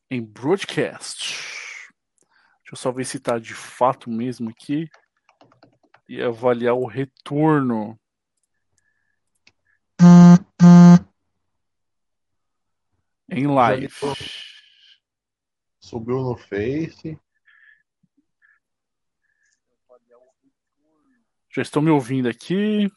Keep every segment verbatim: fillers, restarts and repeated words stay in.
em broadcast. Deixa eu só ver se tá de fato mesmo aqui. E avaliar o retorno. Em live. Subiu no Face. Já estão me ouvindo aqui.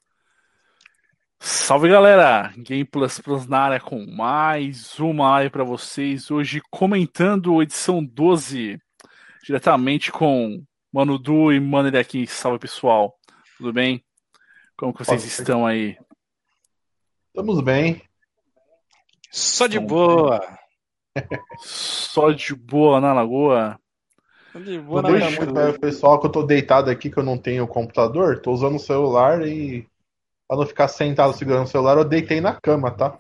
Salve, galera! Game Plus Plus na área com mais uma live para vocês. Hoje comentando a edição doze, diretamente com Mano Du e Mano aqui. Salve, pessoal. Tudo bem? Como que vocês estão aí? Estamos bem. Só de Estão boa. bem? Só de boa na lagoa? De boa Não na deixa muito para o pessoal que eu tô deitado aqui, que eu não tenho computador. Tô usando o celular e para não ficar sentado segurando o celular, eu deitei na cama, tá?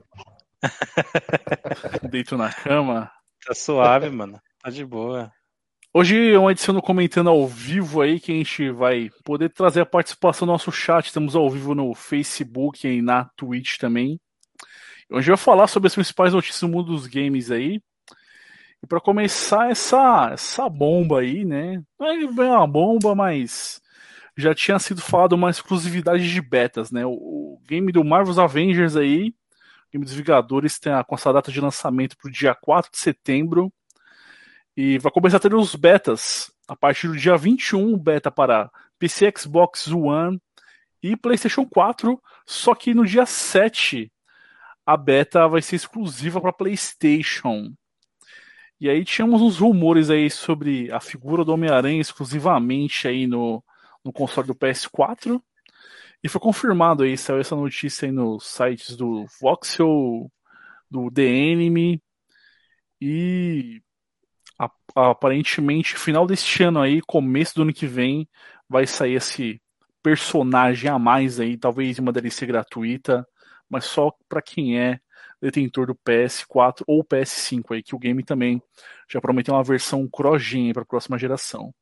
Deito na cama. Tá suave, mano. Tá de boa. Hoje é uma edição do Comentando ao Vivo aí, que a gente vai poder trazer a participação do nosso chat. Estamos ao vivo no Facebook e na Twitch também. Hoje a gente vai falar sobre as principais notícias do mundo dos games aí. E para começar essa, essa bomba aí, né? Não é bem uma bomba, mas já tinha sido falado uma exclusividade de betas, né? O, o game do Marvel's Avengers aí, o game dos Vingadores, tem a, com essa data de lançamento para o dia quatro de setembro. E vai começar a ter os betas a partir do dia vinte e um, beta para P C, Xbox One e PlayStation quatro. Só que no dia sete a beta vai ser exclusiva para PlayStation. E aí tínhamos uns rumores aí sobre a figura do Homem-Aranha exclusivamente aí no, no console do P S quatro. E foi confirmado aí, saiu essa notícia aí nos sites do Voxel, do The Enemy. E aparentemente, final deste ano aí, começo do ano que vem, vai sair esse personagem a mais aí, talvez uma D L C gratuita, mas só para quem é detentor do P S quatro ou P S cinco aí, que o game também já prometeu uma versão cross-gen para a próxima geração.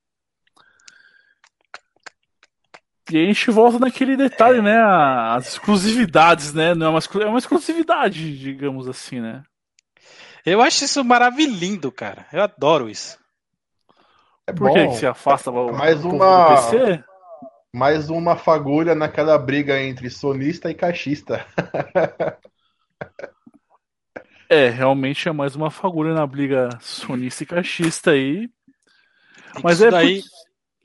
E aí a gente volta naquele detalhe, né? As exclusividades, né? Não é uma, é uma exclusividade, digamos assim, né? Eu acho isso maravilhoso, cara. Eu adoro isso. É Por que, que bom. se afasta o, Mais o povo do P uma, C? mais uma fagulha naquela briga entre sonista e caixista. É, realmente é mais uma fagulha na briga sonista e cachista aí. Mas Isso é daí. porque...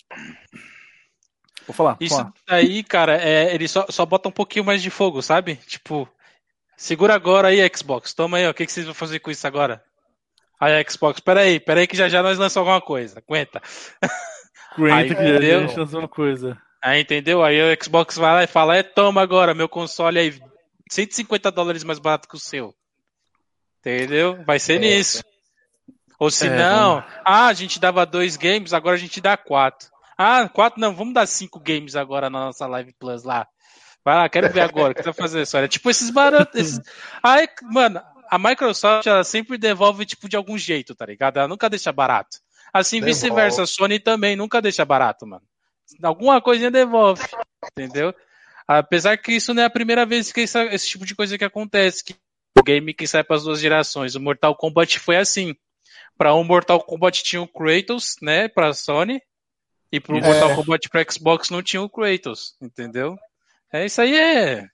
Vou falar, vou Isso falar. daí, cara, é, ele só, só bota um pouquinho mais de fogo, sabe? Tipo, segura agora aí, Xbox. Toma aí, ó. O que, que vocês vão fazer com isso agora? Aí, Xbox, peraí, peraí que já já nós lançamos alguma coisa. Aguenta. Aí, Aguenta que a entendeu? gente lançou uma coisa. Aí, entendeu? Aí o Xbox vai lá e fala, é, toma agora, meu console aí, cento e cinquenta dólares mais barato que o seu. Entendeu? Vai ser É. nisso. Ou se É, não, vamos... ah, a gente dava dois games, agora a gente dá quatro. Ah, quatro não, vamos dar cinco games agora na nossa Live Plus lá. Vai lá, quero ver agora, o que você vai fazer, só? É tipo esses baratos. Esses... Aí, mano, a Microsoft, ela sempre devolve, tipo, de algum jeito, tá ligado? Ela nunca deixa barato. Assim, Devolve. vice-versa, a Sony também nunca deixa barato, mano. Alguma coisinha devolve, entendeu? Apesar que isso não é a primeira vez que esse, esse tipo de coisa que acontece, que o game que sai para as duas gerações. O Mortal Kombat foi assim. Para um Mortal Kombat tinha o Kratos, né, para Sony, e para o Isso. Mortal É. Kombat para Xbox não tinha o Kratos, entendeu? É isso aí é.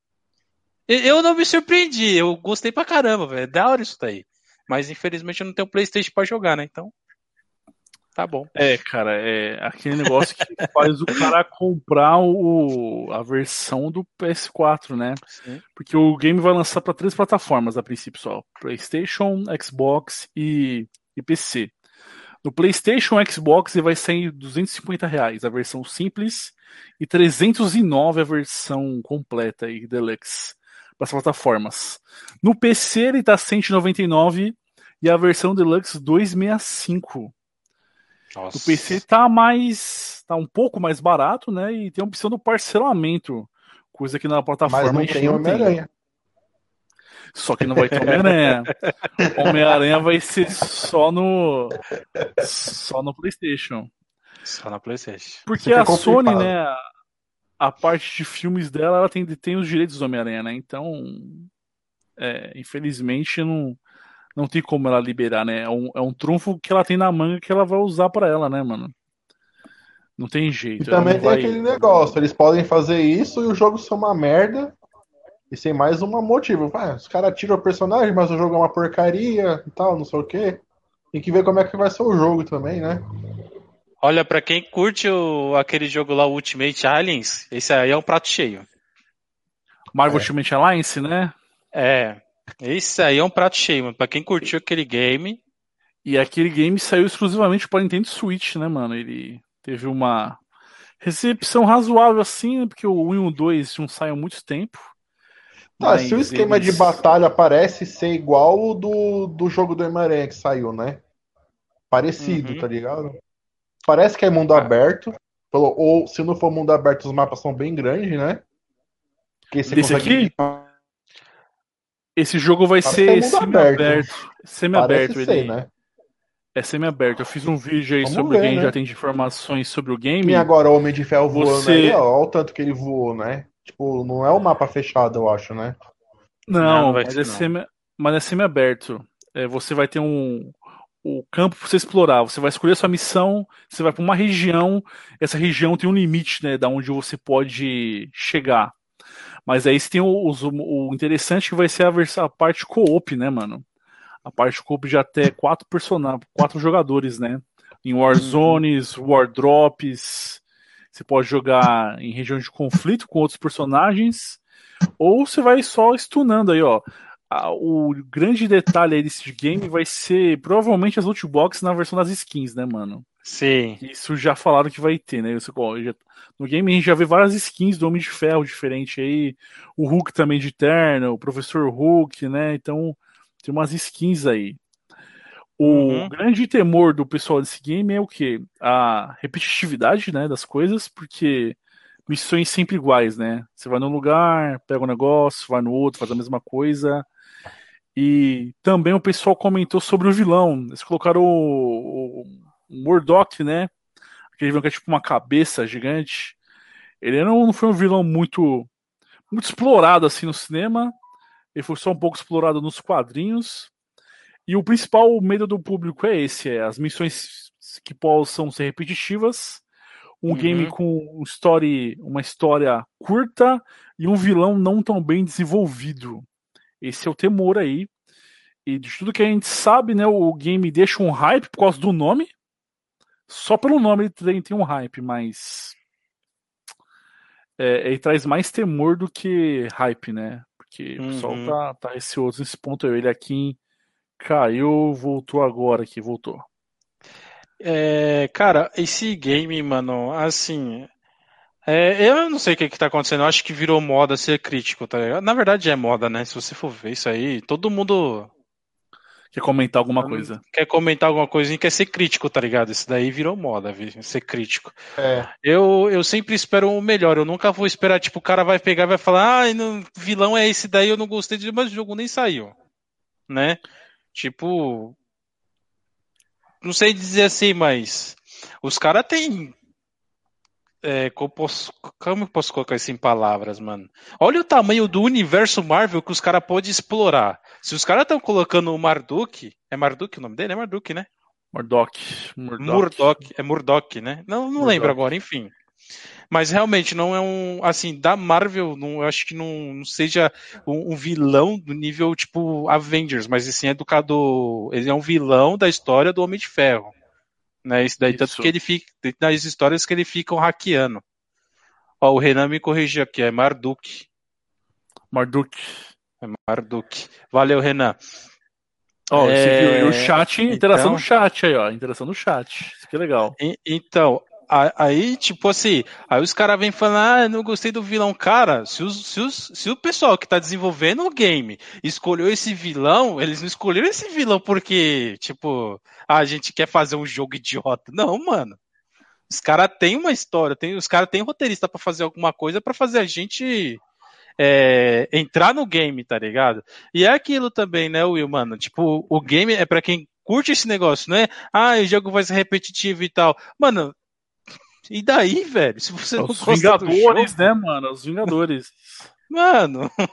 Eu não me surpreendi, eu gostei pra caramba, velho. É da hora isso daí. Mas infelizmente eu não tenho PlayStation pra jogar, né? Então, tá bom. É, cara, é aquele negócio que faz o cara comprar o, a versão do P S quatro, né? Sim. Porque o game vai lançar para três plataformas a princípio só: PlayStation, Xbox e, e P C. No PlayStation Xbox ele vai sair duzentos e cinquenta reais a versão simples e trezentos e nove a versão completa e deluxe para as plataformas. No P C ele tá cento e noventa e nove e a versão deluxe duzentos e sessenta e cinco. Nossa. No P C tá mais, tá um pouco mais barato, né? E tem a opção do parcelamento, coisa que na plataforma Mas não a gente tem não tem. Homem-Aranha. Só que não vai ter Homem-Aranha. Homem-Aranha vai ser só no só no PlayStation. Só na PlayStation. Porque Fica a Sony, complicado. né, a parte de filmes dela, ela tem, tem os direitos do Homem-Aranha, né? Então, é, infelizmente, não, não tem como ela liberar, né? É um, é um trunfo que ela tem na manga que ela vai usar pra ela, né, mano? Não tem E jeito, ela não também tem vai. aquele negócio, eles podem fazer isso e o jogo ser uma merda e sem mais um motivo. Ah, os caras tiram o personagem, mas o jogo é uma porcaria e tal, não sei o quê. Tem que ver como é que vai ser o jogo também, né? Olha, pra quem curte o, aquele jogo lá, o Ultimate Aliens, esse aí é um prato cheio. Marvel É. Ultimate Alliance, né? É, esse aí é um prato cheio, mano. Pra quem curtiu aquele game, E aquele game saiu exclusivamente para Nintendo Switch, né, mano? Ele teve uma recepção razoável assim, né? Porque o um e o dois não saem há muito tempo. Tá, se o Mas esquema de eles. batalha parece ser igual o do, do jogo do Homem-Aranha que saiu, né? Parecido, uhum. tá ligado? Parece que é mundo Ah, aberto. Ou se não for mundo aberto, os mapas são bem grandes, né? Porque você Desse consegue aqui, equipar. esse jogo vai Parece que é ser mundo aberto. semi-aberto. Parece Semi-aberto, ser, ele né? é semi-aberto. Eu fiz um vídeo aí Vamos sobre ver, quem já né? tem informações sobre o E game. agora o Homem de Ferro voando aí, ó. Você. Olha o tanto que ele voou, né? Tipo, não é um mapa fechado, eu acho, né? não, não Não, vai mas é ser não. semi, mas é semi-aberto. É, você vai ter um, o campo para você explorar. Você vai escolher a sua missão, você vai para uma região, essa região tem um limite, né, da onde você pode chegar. Mas aí você tem o, os- o interessante que vai ser a, vers- a parte co-op, né, mano? A parte co-op de até quatro personagens, quatro jogadores, né? Em Uhum. Warzones, Wardrops. Você pode jogar em regiões de conflito com outros personagens. Ou você vai só stunando aí, ó. Ah, o grande detalhe aí desse game vai ser provavelmente as loot boxes na versão das skins, né, mano? Sim. Isso já falaram que vai ter, né? Você, ó, já- no game a gente já vê várias skins do Homem de Ferro diferente aí. O Hulk também de terno, o Professor Hulk, né? Então tem umas skins aí. O Uhum. grande temor do pessoal desse game é o quê? A repetitividade, né, das coisas, porque missões sempre iguais, né? Você vai num lugar, pega um negócio, vai no outro, faz a mesma coisa. E também o pessoal comentou sobre o vilão. Eles colocaram o, o, o Murdoch, né? Aquele vilão que é tipo uma cabeça gigante. Ele não, não foi um vilão muito, muito explorado assim no cinema. Ele foi só um pouco explorado nos quadrinhos. E o principal medo do público é esse: é as missões que possam ser repetitivas, um game Uhum. com um story, uma história curta e um vilão não tão bem desenvolvido. Esse é o temor aí. E de tudo que a gente sabe, né, o game deixa um hype por causa do nome. Só pelo nome ele tem, tem um hype, mas é, ele traz mais temor do que hype, né? Porque o pessoal Uhum. tá, tá receoso nesse ponto. Ele aqui caiu, voltou agora aqui, voltou. É, cara, esse game, mano, assim. É, eu não sei o que que tá acontecendo. Eu acho que virou moda ser crítico, tá ligado? Na verdade é moda, né? Se você for ver isso aí, todo mundo Quer comentar alguma hum, coisa? quer comentar alguma coisinha, quer ser crítico, tá ligado? Isso daí virou moda, vi- ser crítico. É. Eu, eu sempre espero o melhor. Eu nunca vou esperar, tipo, o cara vai pegar e vai falar, ah, não, vilão é esse daí, eu não gostei de, mas o jogo nem saiu, né? Tipo, não sei dizer assim, mas os caras têm. É, como, posso, como eu posso colocar isso em palavras, mano? Olha o tamanho do universo Marvel que os caras podem explorar. Se os caras estão colocando o Marduk, é Marduk o nome dele? É Marduk, né? Murdoch, Murdoch, Murdock, é Murdock, né? Não, não lembro Murdoch. agora, enfim. Mas realmente não é um, assim, da Marvel, não, eu acho que não, não seja um, um vilão do nível tipo Avengers, mas assim, é do, do ele é um vilão da história do Homem de Ferro, né? Isso daí, tanto que Isso, ele fica, nas histórias que ele ficam hackeando. Ó, o Renan me corrigiu aqui, é Marduk. Marduk. É Marduk. Valeu, Renan. Ó, você viu aí o É, chat, interação no então, chat aí, ó, interação no chat. Isso que é legal. e- então, a- aí, tipo assim, aí os caras vêm falando, ah, não gostei do vilão. Cara, se, os, se, os, se o pessoal que tá desenvolvendo o game escolheu esse vilão, eles não escolheram esse vilão porque, tipo, ah, a gente quer fazer um jogo idiota. Não, mano. Os caras têm uma história, tem, os caras têm roteirista pra fazer alguma coisa pra fazer a gente é, entrar no game, tá ligado? E é aquilo também, né, Will, mano? Tipo, o game é pra quem curte esse negócio, né? Ah, o jogo vai ser repetitivo e tal. Mano, e daí, velho? Se você não Os gosta do Vingadores, jogo, né, mano? Os Vingadores. mano.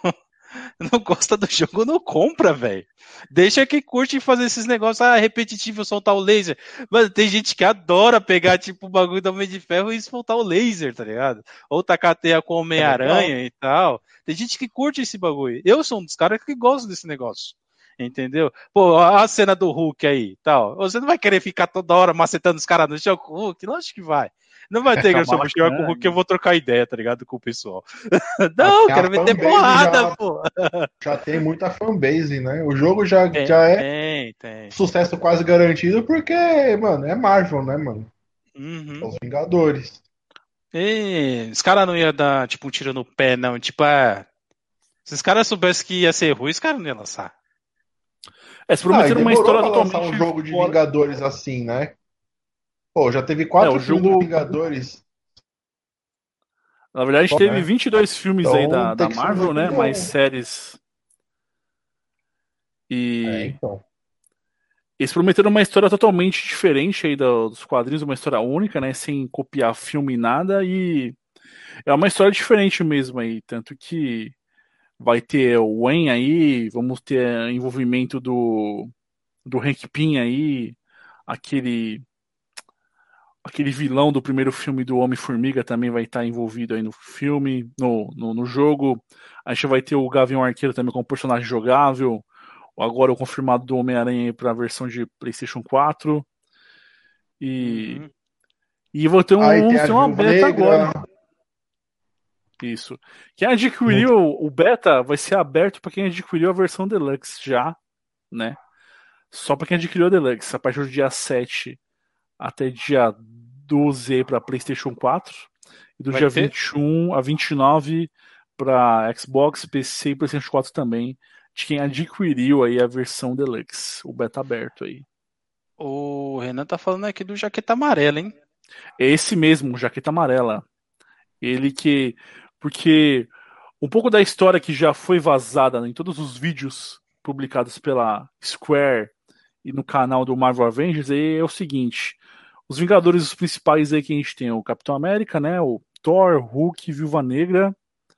não gosta do jogo, não compra, velho. Deixa quem curte fazer esses negócios, ah, repetitivo, soltar o laser. Mano, tem gente que adora pegar, tipo, o bagulho do Homem de Ferro e soltar o laser, tá ligado? Ou tacar a teia com o Homem-Aranha e tal. Tem gente que curte esse bagulho. Eu sou um dos caras que gosto desse negócio. Entendeu? Pô, a cena do Hulk aí, tal. Você não vai querer ficar toda hora macetando os caras no chão com o Hulk? Lógico que vai. Não vai ter graça porque com o Hulk eu vou trocar ideia, tá ligado? Com o pessoal. Não, Até quero meter porrada, já, pô. Já tem muita fanbase, né? O jogo já, Tem, já é tem, tem. sucesso quase garantido porque, mano, é Marvel, né, mano? Uhum. Os Vingadores. E os caras não iam dar, tipo, um tiro no pé, não. Tipo, ah, se os caras soubessem que ia ser ruim, os caras não iam lançar. É, se Ah, e prometeram uma demorou história pra lançar totalmente um jogo de fora. Vingadores assim, né? Pô, já teve É, quatro o filmes do jogo. Vingadores. Na verdade, a gente Só, teve né? vinte e dois filmes aí Então da, tem da que ser um Marvel, jogo né? Mais bom. séries. É, E então. eles prometeram uma história totalmente diferente aí do- dos quadrinhos, uma história única, né? Sem copiar filme e nada. E é uma história diferente mesmo aí. Tanto que vai ter o Wayne aí, vamos ter envolvimento do, do Hank Pym aí, aquele, aquele vilão do primeiro filme do Homem-Formiga também vai estar envolvido aí no filme, no, no, no jogo. A gente vai ter o Gavião Arqueiro também como personagem jogável. Agora o confirmado do Homem-Aranha para a versão de PlayStation quatro. E, Uhum. e vou ter Aí um, tem vamos a ter uma Viúva beta agora. Negra. Isso. Quem adquiriu o beta vai ser aberto para quem adquiriu a versão Deluxe já, né? Só para quem adquiriu a Deluxe, a partir do dia sete até dia doze para PlayStation quatro e do Vai dia ter. vinte e um a vinte e nove para Xbox, P C e PlayStation quatro também, de quem adquiriu aí a versão Deluxe, o beta aberto aí. O Renan tá falando aqui do Jaqueta Amarela, hein? É esse mesmo, Jaqueta Amarela. Ele que. Porque um pouco da história que já foi vazada em todos os vídeos publicados pela Square e no canal do Marvel Avengers aí é o seguinte: os Vingadores os principais aí que a gente tem, o Capitão América, né? O Thor, Hulk, Viúva Negra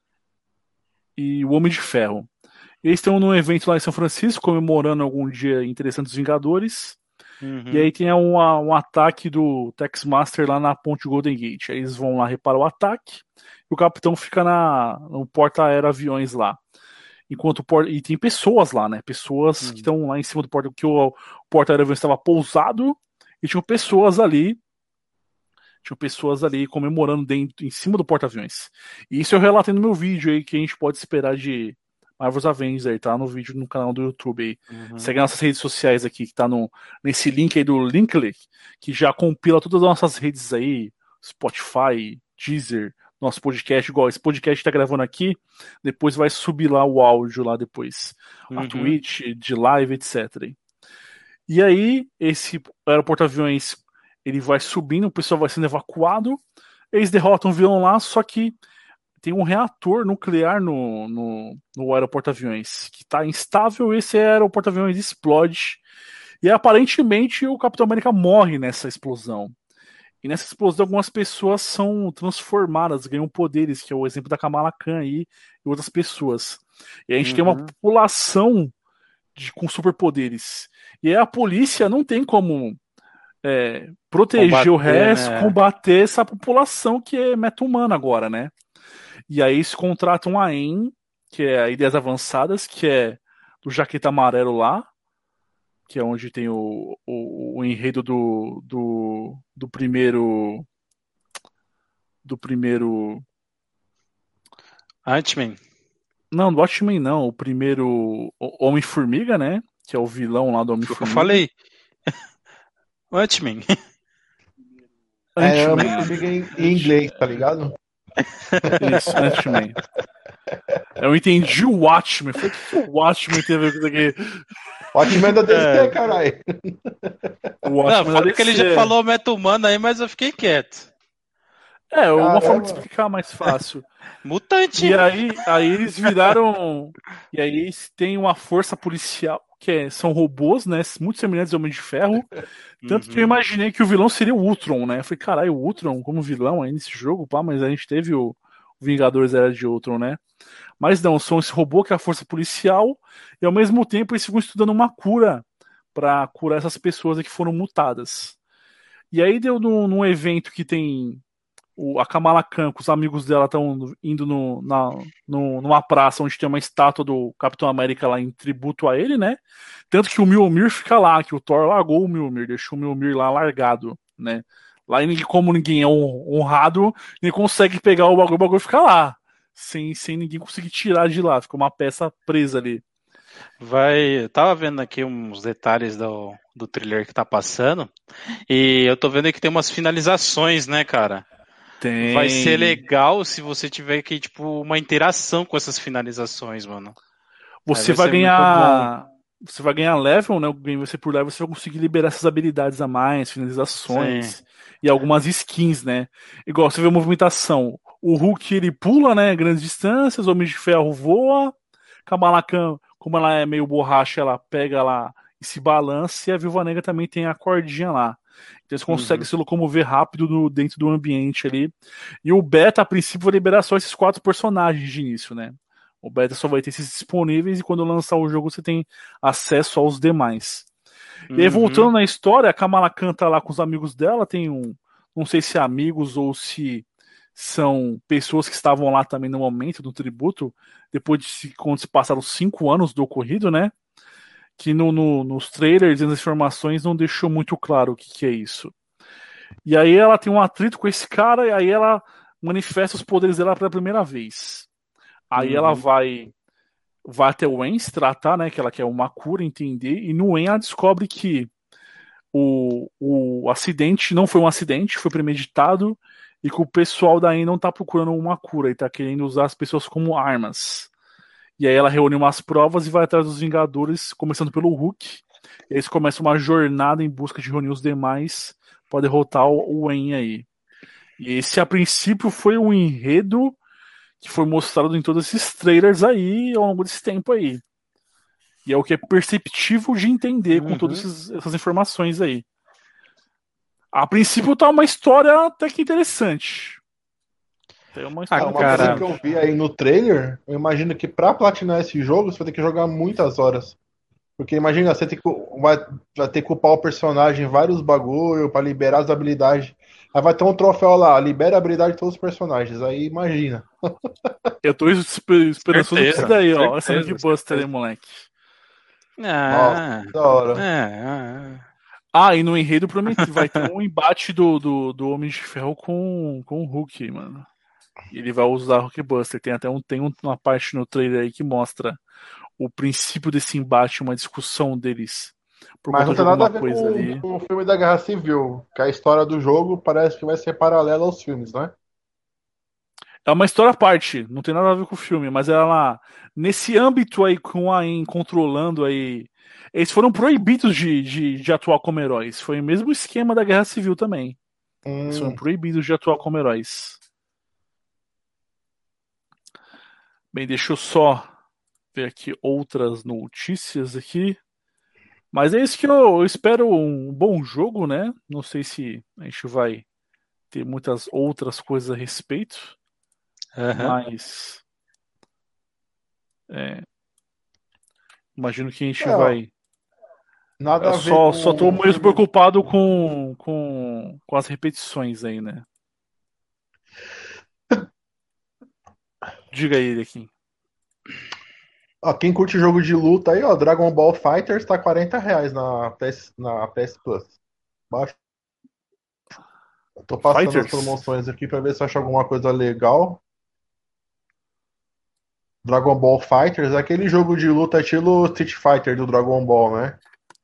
e o Homem de Ferro. Eles estão num evento lá em São Francisco, comemorando algum dia interessante dos Vingadores. E Uhum. aí tem um, um ataque do Taxmaster lá na ponte Golden Gate. Aí eles vão lá reparar o ataque e o capitão fica na, no porta-aviões lá. Enquanto o porta, e tem pessoas lá, né? Pessoas que Uhum. estão lá em cima do porta, que o, o porta-aviões estava pousado e tinham pessoas ali, tinham pessoas ali comemorando dentro, em cima do porta-aviões. E isso eu relatei no meu vídeo aí que a gente pode esperar de Marvel's Avengers aí, tá? No vídeo no canal do YouTube aí. Uhum. Segue nossas redes sociais aqui, que tá no, nesse link aí do Linkly, que já compila todas as nossas redes aí, Spotify, Deezer, nosso podcast, igual esse podcast que tá gravando aqui, depois vai subir lá o áudio lá depois. A Uhum. Twitch, de live, etcétera. E aí, esse aeroporto-aviões, ele vai subindo, o pessoal vai sendo evacuado, eles derrotam o vilão lá, só que tem um reator nuclear no, no, no aeroporto-aviões que está instável. Esse aeroporto-aviões explode e aparentemente o Capitão América morre nessa explosão. E nessa explosão algumas pessoas são transformadas, ganham poderes, que é o exemplo da Kamala Khan aí e outras pessoas. E a gente uhum. tem uma população de, com superpoderes. E aí a polícia não tem como é, proteger combater, o resto, né? Combater essa população que é meta-humana agora, né? E aí eles contratam a A E M, que é a Ideias Avançadas, que é do Jaqueta Amarelo lá, que é onde tem o, o, o enredo do, do, do primeiro. Do primeiro. Ant-Man. Não, do Watchmen não. O primeiro Homem-Formiga, né? Que é o vilão lá do Homem-Formiga. Eu falei. Ant-Man. É, Homem-Formiga em, em inglês, tá ligado? Isso, Ant-Man. Eu entendi o Watchmen. Foi que o Watchmen teve a ver com isso aqui. O Watchmen é da D C, é. Caralho. O Watchmen não, falei que ele já falou meta-humano aí, mas eu fiquei quieto. É, uma Caramba. forma de explicar mais fácil. Mutante. E aí, aí eles viraram. E aí eles têm uma força policial, que é, são robôs, né? Muito semelhantes ao Homem de Ferro. Tanto uhum. que eu imaginei que o vilão seria o Ultron, né? Eu falei, caralho, o Ultron como vilão aí nesse jogo, pá, mas a gente teve o, Vingadores Era de Ultron, né? Mas não, são esse robô que é a força policial e ao mesmo tempo eles ficam estudando uma cura para curar essas pessoas que foram mutadas. E aí deu num, num evento que tem o, a Kamala Khan, com os amigos dela estão indo no, na, no, numa praça onde tem uma estátua do Capitão América lá em tributo a ele, né? Tanto que o Mjolnir fica lá, que o Thor largou o Mjolnir, deixou o Mjolnir lá largado, né? Lá, como ninguém é honrado, nem consegue pegar o bagulho, o bagulho fica lá, sem, sem ninguém conseguir tirar de lá, fica uma peça presa ali. Vai, eu tava vendo aqui uns detalhes do, do thriller que tá passando, e eu tô vendo que tem umas finalizações, né, cara? Tem. Vai ser legal se você tiver que, tipo, uma interação com essas finalizações, mano. Você vai, vai ganhar. Você vai ganhar level, né? O game vai ser por level, você vai conseguir liberar essas habilidades a mais, finalizações. Sim. E algumas skins, né? Igual você vê a movimentação. O Hulk ele pula, né? Grandes distâncias, o Homem de Ferro voa. Kamala Khan, como ela é meio borracha, ela pega lá e se balança. E a Viúva Negra também tem a cordinha lá. Então você consegue uhum. se locomover rápido no, dentro do ambiente ali. E o beta, a princípio, vai liberar só esses quatro personagens de início, né? O beta só vai ter esses disponíveis e quando lançar o jogo você tem acesso aos demais. Uhum. E aí, voltando na história, a Kamala Khan tá lá com os amigos dela, tem um. Não sei se é amigos ou se são pessoas que estavam lá também no momento do tributo, depois de quando se passaram cinco anos do ocorrido, né? Que no, no, nos trailers e nas informações não deixou muito claro o que, que é isso. E aí ela tem um atrito com esse cara e aí ela manifesta os poderes dela pela primeira vez. Aí uhum. ela vai vai até o En se tratar, né, que ela quer uma cura, entender, e no En ela descobre que o, o acidente não foi um acidente, foi premeditado e que o pessoal da En não tá procurando uma cura e tá querendo usar as pessoas como armas. E aí ela reúne umas provas e vai atrás dos Vingadores, começando pelo Hulk. E aí eles começam uma jornada em busca de reunir os demais para derrotar o En aí. E esse, a princípio, foi o enredo que foi mostrado em todos esses trailers aí ao longo desse tempo aí. E é o que é perceptível de entender uhum. com todas esses, essas informações aí. A princípio tá uma história até que interessante. Tem uma história. Ah, uma coisa que eu vi aí no trailer, eu imagino que pra platinar esse jogo, você vai ter que jogar muitas horas. Porque imagina, você tem que, vai, vai ter que upar o personagem vários bagulho pra liberar as habilidades. Aí vai ter um troféu lá, libera a habilidade de todos os personagens. Aí imagina. Eu tô esperançoso isso daí, certeza, ó. Essa de Buster aí, moleque. Ah, Nossa, da hora. É, ah, e no enredo promete, vai ter um embate do, do, do Homem de Ferro com, com o Hulk, mano. E ele vai usar o Hulkbuster. Tem até um, tem uma parte no trailer aí que mostra o princípio desse embate, uma discussão deles. Por Mas não tem nada a ver com, ali. com o filme da Guerra Civil, que a história do jogo parece que vai ser paralela aos filmes, né? É uma história à parte, não tem nada a ver com o filme, mas ela, nesse âmbito aí, com a AIM controlando aí, eles foram proibidos de, de, de atuar como heróis. Foi o mesmo esquema da Guerra Civil também. Hum. Eles foram proibidos de atuar como heróis. Bem, deixa eu só ver aqui outras notícias aqui. Mas é isso que eu, eu espero, um bom jogo, né? Não sei se a gente vai ter muitas outras coisas a respeito. Uhum. Mas é, imagino que a gente é, vai. Nada eu a ver só, com... só tô meio preocupado com, com, com as repetições aí, né? Diga aí, aqui. Ó, quem curte jogo de luta aí, ó, Dragon Ball Fighters tá quarenta reais na P S, na P S Plus. Baixa. Eu tô passando Fighters. As promoções aqui pra ver se eu acho alguma coisa legal. Dragon Ball Fighters é aquele jogo de luta estilo Street Fighter do Dragon Ball, né?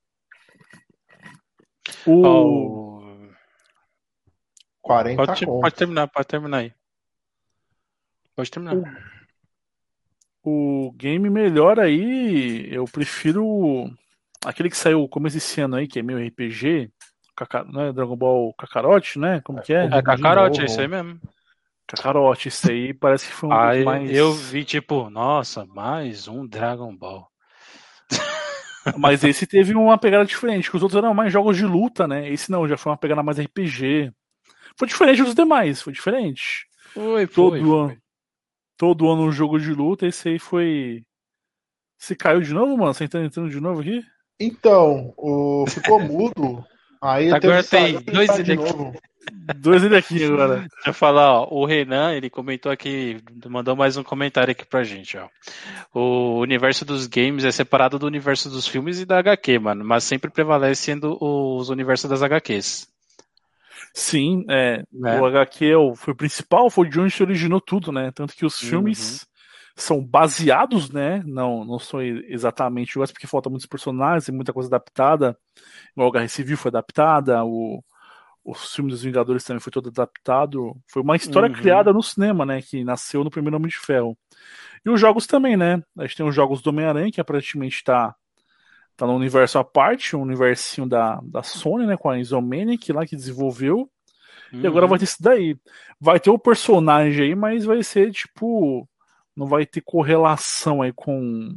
O... quarenta pode, pode terminar, pode terminar aí. Pode terminar. O, o game melhor aí, eu prefiro aquele que saiu começo desse ano aí, que é meio R P G, Caca, não é Dragon Ball Kakarot, né? Como que é? É Kakarot, é isso aí mesmo. Kakarot, isso aí parece que foi um aí, dos mais... Eu vi tipo, nossa, mais um Dragon Ball. Mas esse teve uma pegada diferente, que os outros eram mais jogos de luta, né? Esse não, já foi uma pegada mais R P G. Foi diferente dos demais, foi diferente. Foi, Todo foi, foi. todo ano um jogo de luta, esse aí foi. Você caiu de novo, mano? Você tá entrando de novo aqui? Então, o... ficou mudo. Aí teve Agora que sair tem e dois entrar de daqui. novo. Dois ele aqui agora. Deixa eu falar, ó, o Renan, ele comentou aqui, mandou mais um comentário aqui pra gente, ó. O universo dos games é separado do universo dos filmes e da H Q, mano, mas sempre prevalecendo os universos das H Qs. Sim, é, Né? o H Q é o- foi o principal, foi de onde se originou tudo, né? Tanto que os Uhum. filmes são baseados, né? Não, não são exatamente iguais, porque falta muitos personagens e muita coisa adaptada. O Guerra Civil foi adaptada, o, o filme dos Vingadores também foi todo adaptado. Foi uma história Uhum. criada no cinema, né? Que nasceu no primeiro Homem de Ferro. E os jogos também, né? A gente tem os jogos do Homem-Aranha, que aparentemente tá, tá no universo à parte, um universinho da, da Sony, né? Com a Insomniac lá que desenvolveu. E agora vai Uhum. ter isso daí. Vai ter o personagem aí, mas vai ser tipo. Não vai ter correlação aí com.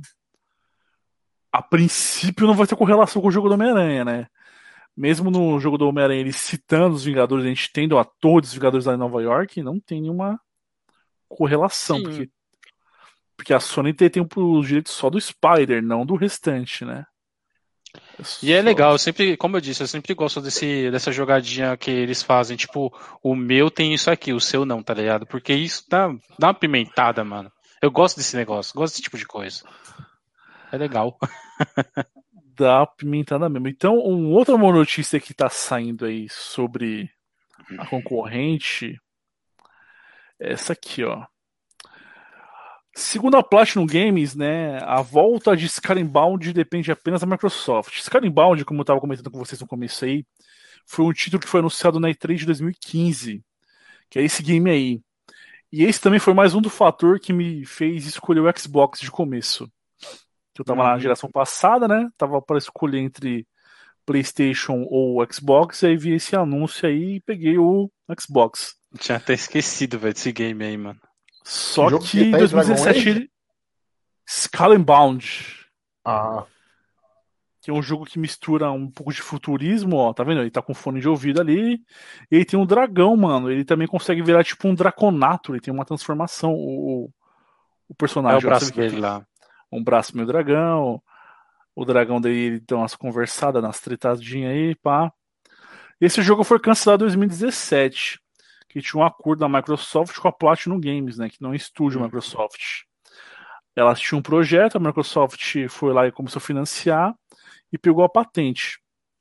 A princípio não vai ter correlação com o jogo do Homem-Aranha, né? Mesmo no jogo do Homem-Aranha, ele citando os Vingadores, a gente tendo a todos os Vingadores lá em Nova York, não tem nenhuma correlação, Sim. porque, porque a Sony tem, tem os direitos só do Spider, não do restante, né? É E é só- legal, eu sempre, como eu disse, eu sempre gosto desse, dessa jogadinha que eles fazem, tipo, o meu tem isso aqui, o seu não, tá ligado? Porque isso dá, dá uma pimentada, mano. Eu gosto desse negócio, gosto desse tipo de coisa. É legal. Dá pimentada mesmo. Então, um outra boa notícia que tá saindo aí sobre a concorrente é essa aqui, ó. Segundo a Platinum Games, né, a volta de Skyrimbound depende apenas da Microsoft. Skyrimbound, como eu estava comentando com vocês no começo aí, foi um título que foi anunciado na E três de dois mil e quinze, que é esse game aí. E esse também foi mais um do fator que me fez escolher o Xbox de começo. Que eu tava na Uhum. geração passada, né? Tava para escolher entre PlayStation ou Xbox, aí vi esse anúncio aí e peguei o Xbox. Tinha até esquecido, velho, desse game aí, mano. Que Só jogo que que em tá aí, Dragon dois mil e dezessete Age? ele. Skull and Bound. Ah, Que é um jogo que mistura um pouco de futurismo, ó, tá vendo? Ele tá com fone de ouvido ali. E ele tem um dragão, mano. Ele também consegue virar tipo um Draconato. Ele tem uma transformação, o, o É o personagem. Ó, você vê braço que ele dele tem lá. um braço meio dragão. O dragão dele ele dá umas conversadas, nas tretadinhas aí, pá. Esse jogo foi cancelado em dois mil e dezessete. Que tinha um acordo da Microsoft com a Platinum Games, né? Que não é estúdio Uhum. Microsoft. Elas tinham um projeto, a Microsoft foi lá e começou a financiar e pegou a patente.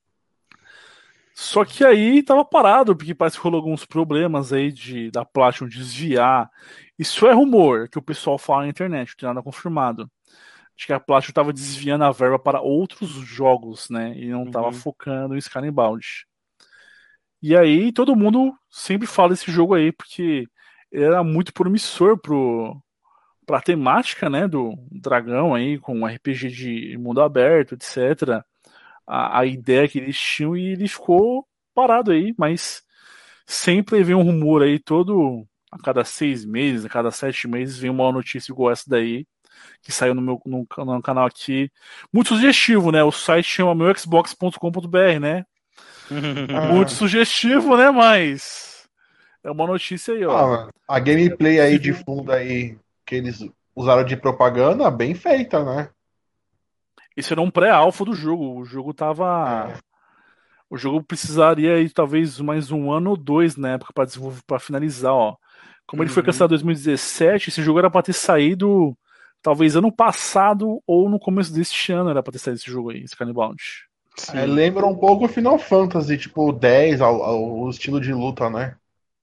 Só que aí tava parado, porque parece que rolou alguns problemas aí de, da Platinum desviar. Isso é rumor que o pessoal fala na internet, não tem nada confirmado. De que a Platinum tava desviando a verba para outros jogos, né? E não tava Uhum. focando em Skyrimbound. E aí todo mundo sempre fala desse jogo aí, porque ele era muito promissor pro, pra temática, né? Do dragão aí, com um R P G de mundo aberto, etcétera a, a ideia que eles tinham e ele ficou parado aí, mas sempre vem um rumor aí todo a cada seis meses, a cada sete meses vem uma notícia igual essa daí que saiu no meu no, no canal aqui. Muito sugestivo, né? O site chama meu xbox ponto com ponto b r, né? Muito ah, sugestivo, né? Mas é uma notícia aí, ó. ah, a gameplay aí Se de vir- fundo aí que eles usaram de propaganda, bem feita, né? Esse era um pré-alpha do jogo. O jogo tava. É, O jogo precisaria aí talvez mais um ano ou dois na época para desenvolver, para finalizar, ó. Como ele foi Uhum. cancelado em dois mil e dezessete, esse jogo era para ter saído talvez ano passado ou no começo deste ano era para ter saído esse jogo aí, esse Skybound. é, Sim. lembra um pouco o Final Fantasy, tipo dez, ao, ao- o estilo de luta, né?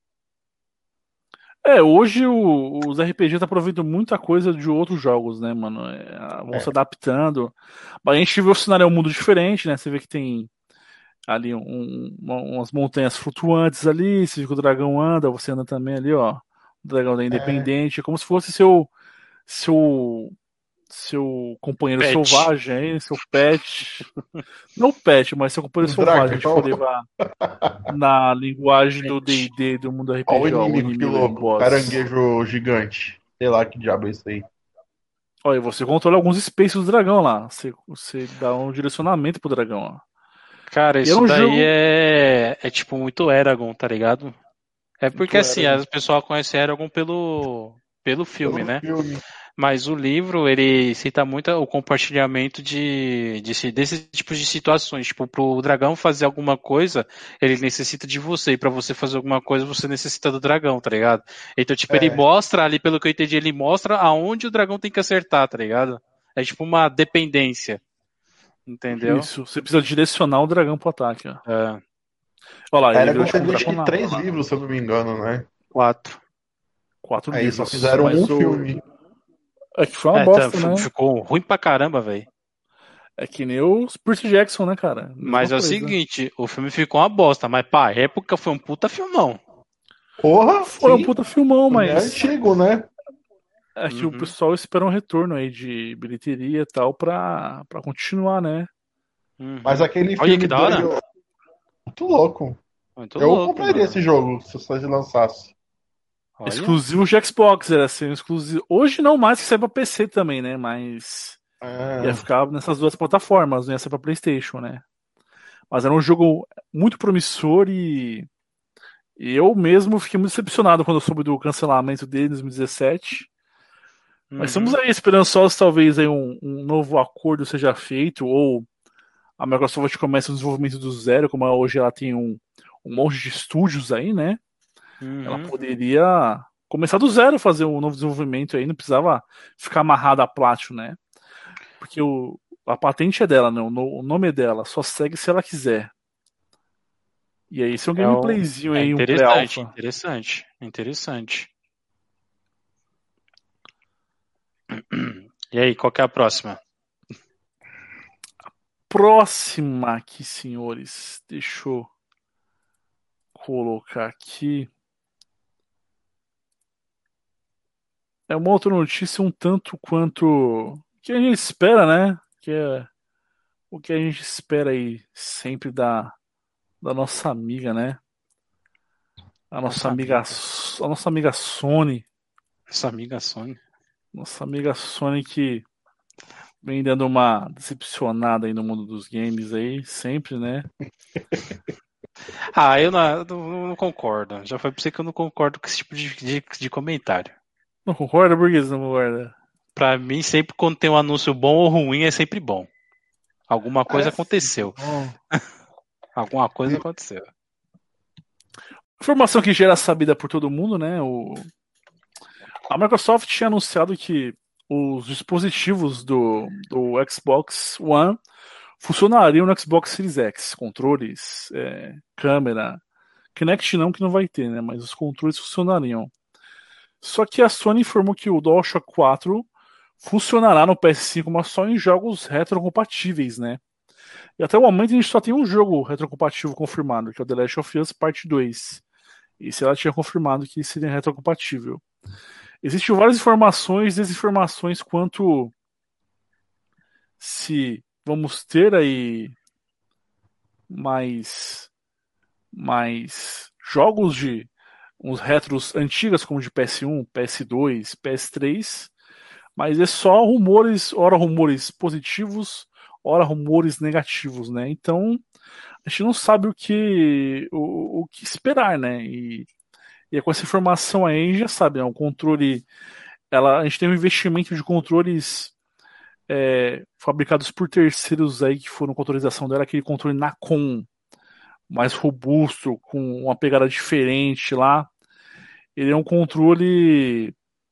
É, hoje o- os R P G tá aproveitando muita coisa de outros jogos, né, mano? É, vão se É, adaptando. Mas a gente vê o cenário é um mundo diferente, né? Você vê que tem ali um- uma- umas montanhas flutuantes ali, você vê que o dragão anda, você anda também ali, ó. O dragão da é, Independente, é como se fosse seu seu seu companheiro Pet. selvagem aí, seu pet. Não pet, mas seu companheiro o selvagem, a gente for dragão. levar na linguagem do D e D do mundo Ó, o R P G, ó, o inimigo, que inimigo aí, um louco. boss. Caranguejo gigante. Sei lá que diabo é isso aí. Olha, você controla alguns spaces do dragão lá. Você, você dá um direcionamento pro dragão, ó. Cara, E era isso um daí jogo é, é tipo muito Eragon, tá ligado? É porque muito assim, era. as pessoas conhecem Eragon pelo, pelo filme, Pelo né? filme. Mas o livro, ele cita muito o compartilhamento de, de desses tipos de situações. Tipo, pro dragão fazer alguma coisa, ele necessita de você. E pra você fazer alguma coisa, você necessita do dragão, tá ligado? Então, tipo, ele É. mostra ali, pelo que eu entendi, ele mostra aonde o dragão tem que acertar, tá ligado? É tipo uma dependência. Entendeu? Isso, você precisa direcionar o dragão pro ataque, ó. É, Olha lá, A ele Eragon virou tipo um teve acho dragão que na três livros, se eu não me engano, né? quatro. quatro Aí só livros. fizeram Mas um o... filme. É que foi uma É, tá, bosta, né? ficou ruim pra caramba, velho. É que nem o Percy Jackson, né, cara? Mesma Mas é o coisa. seguinte, o filme ficou uma bosta, mas pra época foi um puta filmão. Porra, Foi um sim. puta filmão, Filme é mas antigo, né? é que o Uhum. pessoal espera um retorno aí de bilheteria e tal pra, pra continuar, né? Uhum. Mas aquele Olha filme que da hora. dois, eu- muito louco. Muito eu louco, compraria mano. esse jogo se só se lançasse. Olha. Exclusivo de Xbox, era assim, exclusivo. Hoje não mais, que sai pra P C também, né? Mas ia É. ficar nessas duas plataformas, não ia ser pra PlayStation, né? Mas era um jogo muito promissor e e eu mesmo fiquei muito decepcionado quando eu soube do cancelamento dele em dois mil e dezessete. Mas estamos Uhum. aí esperançosos, talvez aí um, um novo acordo seja feito, ou a Microsoft comece o desenvolvimento do zero, como hoje ela tem um, um monte de estúdios aí, né? Ela Uhum. poderia começar do zero, fazer um novo desenvolvimento aí, não precisava ficar amarrada a Platinum, né? Porque o, a patente é dela, né? O, no- o nome é dela, só segue se ela quiser. E aí, esse é um É, o... gameplayzinho é aí, um interessante, pré-alpha. interessante, interessante. E aí, qual que é a próxima? Próxima aqui, senhores. Deixa eu colocar aqui. É uma outra notícia um tanto quanto o que a gente espera, né? Que é o que a gente espera aí sempre da, da nossa amiga, né? A nossa Nossa amiga, amiga. a nossa amiga Sony, Nossa amiga Sony. nossa amiga Sony que vem dando uma decepcionada aí no mundo dos games aí, sempre, né? Ah, eu não, eu não, não concordo. Já foi pra você que eu não concordo com esse tipo de, de, de comentário. Não concorda? Por que você não concorda? Pra mim, sempre quando tem um anúncio bom ou ruim, é sempre bom. Alguma coisa É sempre aconteceu. bom. Alguma coisa aconteceu. Informação que já era sabida por todo mundo, né? O... A Microsoft tinha anunciado que os dispositivos do, do Xbox One funcionariam no Xbox Series X. Controles, é, câmera. Kinect não, que não vai ter, né? Mas os controles funcionariam. Só que a Sony informou que o DualShock quatro funcionará no P S cinco, mas só em jogos retrocompatíveis, né? E até o momento a gente só tem um jogo retrocompatível confirmado, que é o The Last of Us Parte dois. E se ela tinha confirmado que seria retrocompatível. Existem várias informações e desinformações quanto se vamos ter aí mais, mais jogos de uns retros antigas como de P S um, P S dois, P S três, mas é só rumores, ora rumores positivos, ora rumores negativos, né? Então a gente não sabe o que o, o que esperar, né? E, e com essa informação aí a gente já sabe, né? O controle, ela, a gente tem um investimento de controles é, fabricados por terceiros aí que foram com autorização dela, aquele controle Nacon mais robusto, com uma pegada diferente lá. Ele é um controle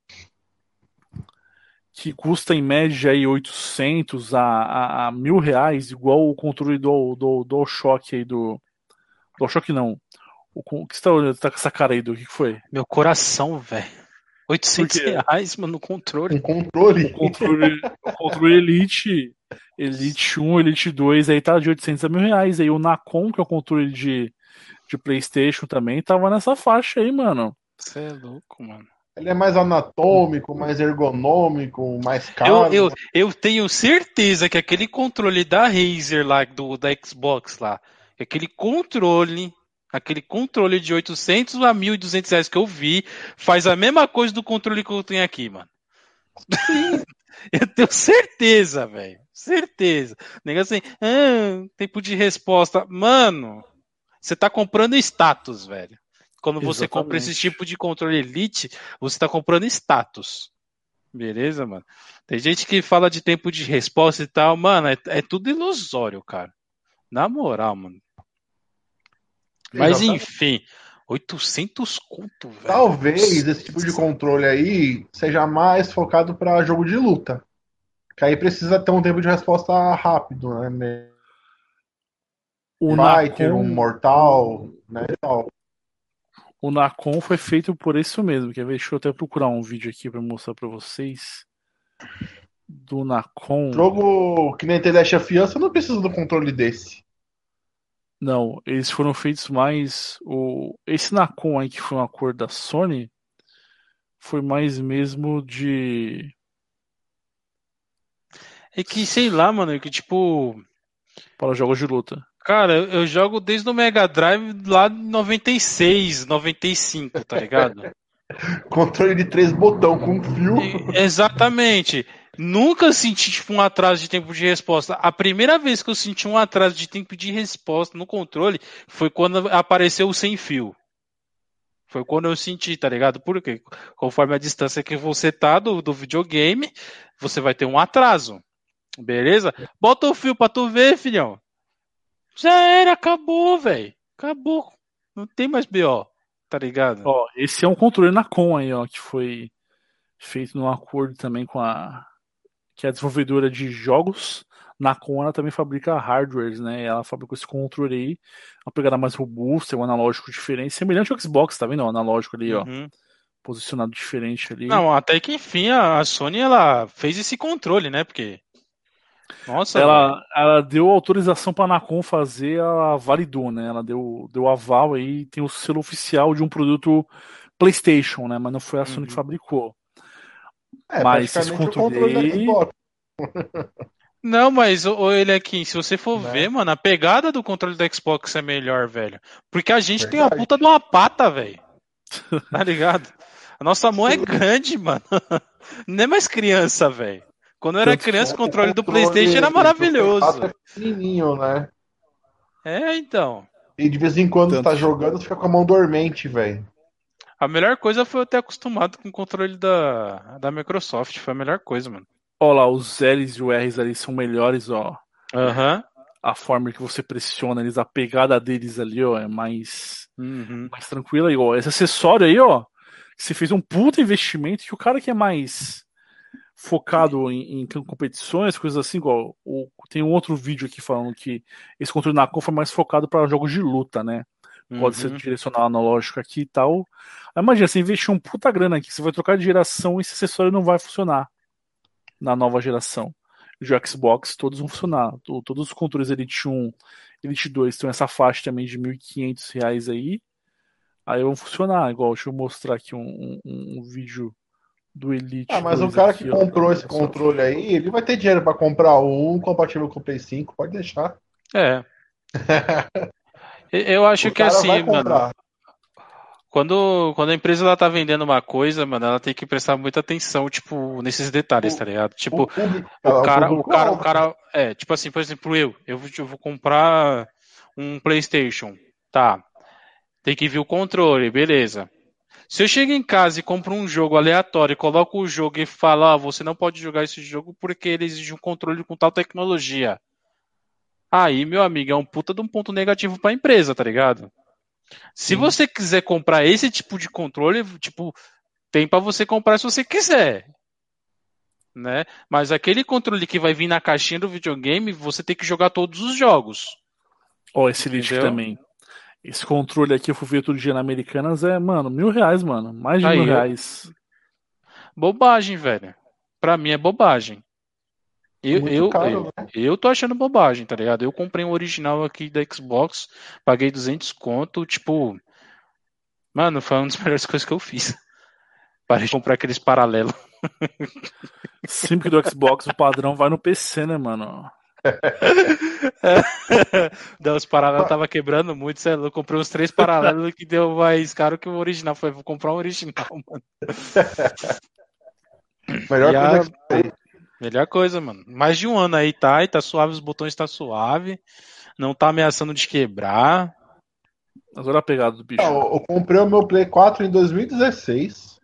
que custa em média aí oitocentos a, a, a mil reais, igual o controle do, do, do DualShock aí do. DualShock não. O, o que você tá, tá com essa cara aí do que, que foi? Meu coração, velho. Por oitocentos quê? reais, mano, no controle. Um O controle. controle, o controle Elite, Elite um, Elite dois aí tá de oitocentos a mil reais. Aí o Nacon, que é o controle de, de PlayStation também, tava nessa faixa aí, mano. Você é louco, mano. Ele é mais anatômico, mais ergonômico, mais Eu, caro. eu, eu tenho certeza que aquele controle da Razer lá, do, da Xbox lá, aquele controle, aquele controle de oitocentos a mil e duzentos reais que eu vi, faz a mesma coisa do controle que eu tenho aqui, mano. Sim. Eu tenho certeza, velho. Certeza. Negócio assim, ah, tempo de resposta. Mano, você tá comprando status, velho. quando você Exatamente. compra esse tipo de controle Elite, você tá comprando status. Beleza, mano? Tem gente que fala de tempo de resposta e tal, mano, é, é tudo ilusório, cara. Na moral, mano. Mas Exatamente. enfim, oitocentos conto, velho. Talvez esse tipo de controle aí seja mais focado para jogo de luta. Que aí precisa ter um tempo de resposta rápido, né? O Fighter, um Nacon, mortal, né? e tal. o Nacon foi feito por isso mesmo. Quer ver? Deixa eu até procurar um vídeo aqui pra mostrar pra vocês. Do Nacon. Jogo que nem The Last of Us, eu não preciso do controle desse. Não, eles foram feitos mais. O... Esse Nacon aí, que foi um acordo da Sony, foi mais mesmo de. É que, sei lá, mano, é que tipo. Para jogos de luta. Cara, eu eu jogo desde o Mega Drive lá de noventa e seis, noventa e cinco, tá ligado? Controle de três botão com fio. E- exatamente. Nunca senti tipo, um atraso de tempo de resposta. A primeira vez que eu senti um atraso de tempo de resposta no controle foi quando apareceu o sem fio. Foi quando eu senti, tá ligado? Porque conforme a distância que você tá do, do videogame, você vai ter um atraso. Beleza? Bota o fio pra tu ver, filhão. Já era, acabou, velho. Acabou. Não tem mais B O, tá ligado? Ó, esse é um controle Nacon aí, ó, que foi feito num acordo também com a. Que é a desenvolvedora de jogos. Nacon ela também fabrica hardwares, né? Ela fabricou esse controle aí, uma pegada mais robusta, um analógico diferente, semelhante ao Xbox, tá vendo? O analógico ali, ó, Uhum. posicionado diferente ali. Não, até que enfim a a Sony ela fez esse controle, né? Porque, nossa, velho. Ela, ela deu autorização para a Nacon fazer, ela validou, né? Ela deu, deu aval aí, tem o selo oficial de um produto PlayStation, né? Mas não foi a Sony que Uhum. fabricou. É, Mas esse praticamente o controle controle da aí, Xbox, Não, mas ô, ô, ele aqui, se você for ver, né? mano, a pegada do controle do Xbox é melhor, velho. Porque a gente tem uma Verdade. puta de uma pata, velho. Tá ligado? A nossa mão é Sim. grande, mano. Não é mais criança, velho. Quando eu era tanto que criança, o O controle do controle PlayStation era do teclado maravilhoso. é pequenininho, né? É, então. E de vez em quando você tanto tá que, jogando, você fica com a mão dormente, velho. A melhor coisa foi eu ter acostumado com o controle da, da Microsoft. Foi a melhor coisa, mano. ó lá, os L's e os R's ali são melhores, ó. Aham. A forma que você pressiona eles, a pegada deles ali, ó, é mais, Uhum. mais tranquila. E, ó, esse acessório aí, ó, você fez um puta investimento que o cara que é mais focado em, em competições, coisas assim, igual o, tem um outro vídeo aqui falando que esse controle Nacon foi mais focado para jogos de luta, né? Pode ser Uhum. direcional analógico aqui e tal. Aí, imagina, você investiu um puta grana aqui, você vai trocar de geração e esse acessório não vai funcionar na nova geração. De Xbox, todos vão funcionar. To- Todos os controles Elite um, Elite dois tem essa faixa também de mil e quinhentos reais aí. Aí vão funcionar. Igual, deixa eu mostrar aqui um, um, um vídeo do Ah, Elite mas o dois cara que aqui, ó. comprou esse Só- controle aí, ele vai ter dinheiro pra comprar um compatível com o Play cinco, pode deixar. É. E- Eu acho O que cara assim, vai mano, comprar. quando, quando a empresa ela tá vendendo uma coisa, mano, ela tem que prestar muita atenção, tipo, nesses detalhes, O, tá ligado? o Tipo, público, o o cara, o cara, o público-alvo. cara, é, tipo assim, por exemplo, eu, eu vou, eu vou comprar um PlayStation, tá? Tem que vir o controle, beleza. Se eu chego em casa e compro um jogo aleatório, coloco o jogo e falo, ah, você não pode jogar esse jogo porque ele exige um controle com tal tecnologia. Aí, meu amigo, é um puta de um ponto negativo pra empresa, tá ligado? Se Sim. você quiser comprar esse tipo de controle, tipo, tem pra você comprar se você quiser, né? Mas aquele controle que vai vir na caixinha do videogame, você tem que jogar todos os jogos, Ó, esse Elite aqui entendeu? também. Esse controle aqui, eu fui ver outro dia na Americanas, é, mano, mil reais, mano. Mais de mil Aí, ó, reais. bobagem, velho. Pra mim é bobagem. É Eu, muito eu, caro, eu, né? eu tô achando bobagem, tá ligado? Eu comprei um original aqui da Xbox, paguei duzentos conto, tipo, mano, foi uma das melhores coisas que eu fiz. Parei de comprar aqueles paralelos. Sempre que do Xbox, o padrão vai no P C, né, mano? Não, os paralelos Ma- tava quebrando muito, sei lá, eu comprei uns três paralelos que deu mais caro que o original. Falei, vou comprar um original, mano. E Melhor coisa a que você fez. melhor coisa, mano. Mais de um ano aí, tá? E tá suave, os botões tá suave. Não tá ameaçando de quebrar. Mas olha a pegada do bicho. Não, eu comprei o meu Play quatro em dois mil e dezesseis.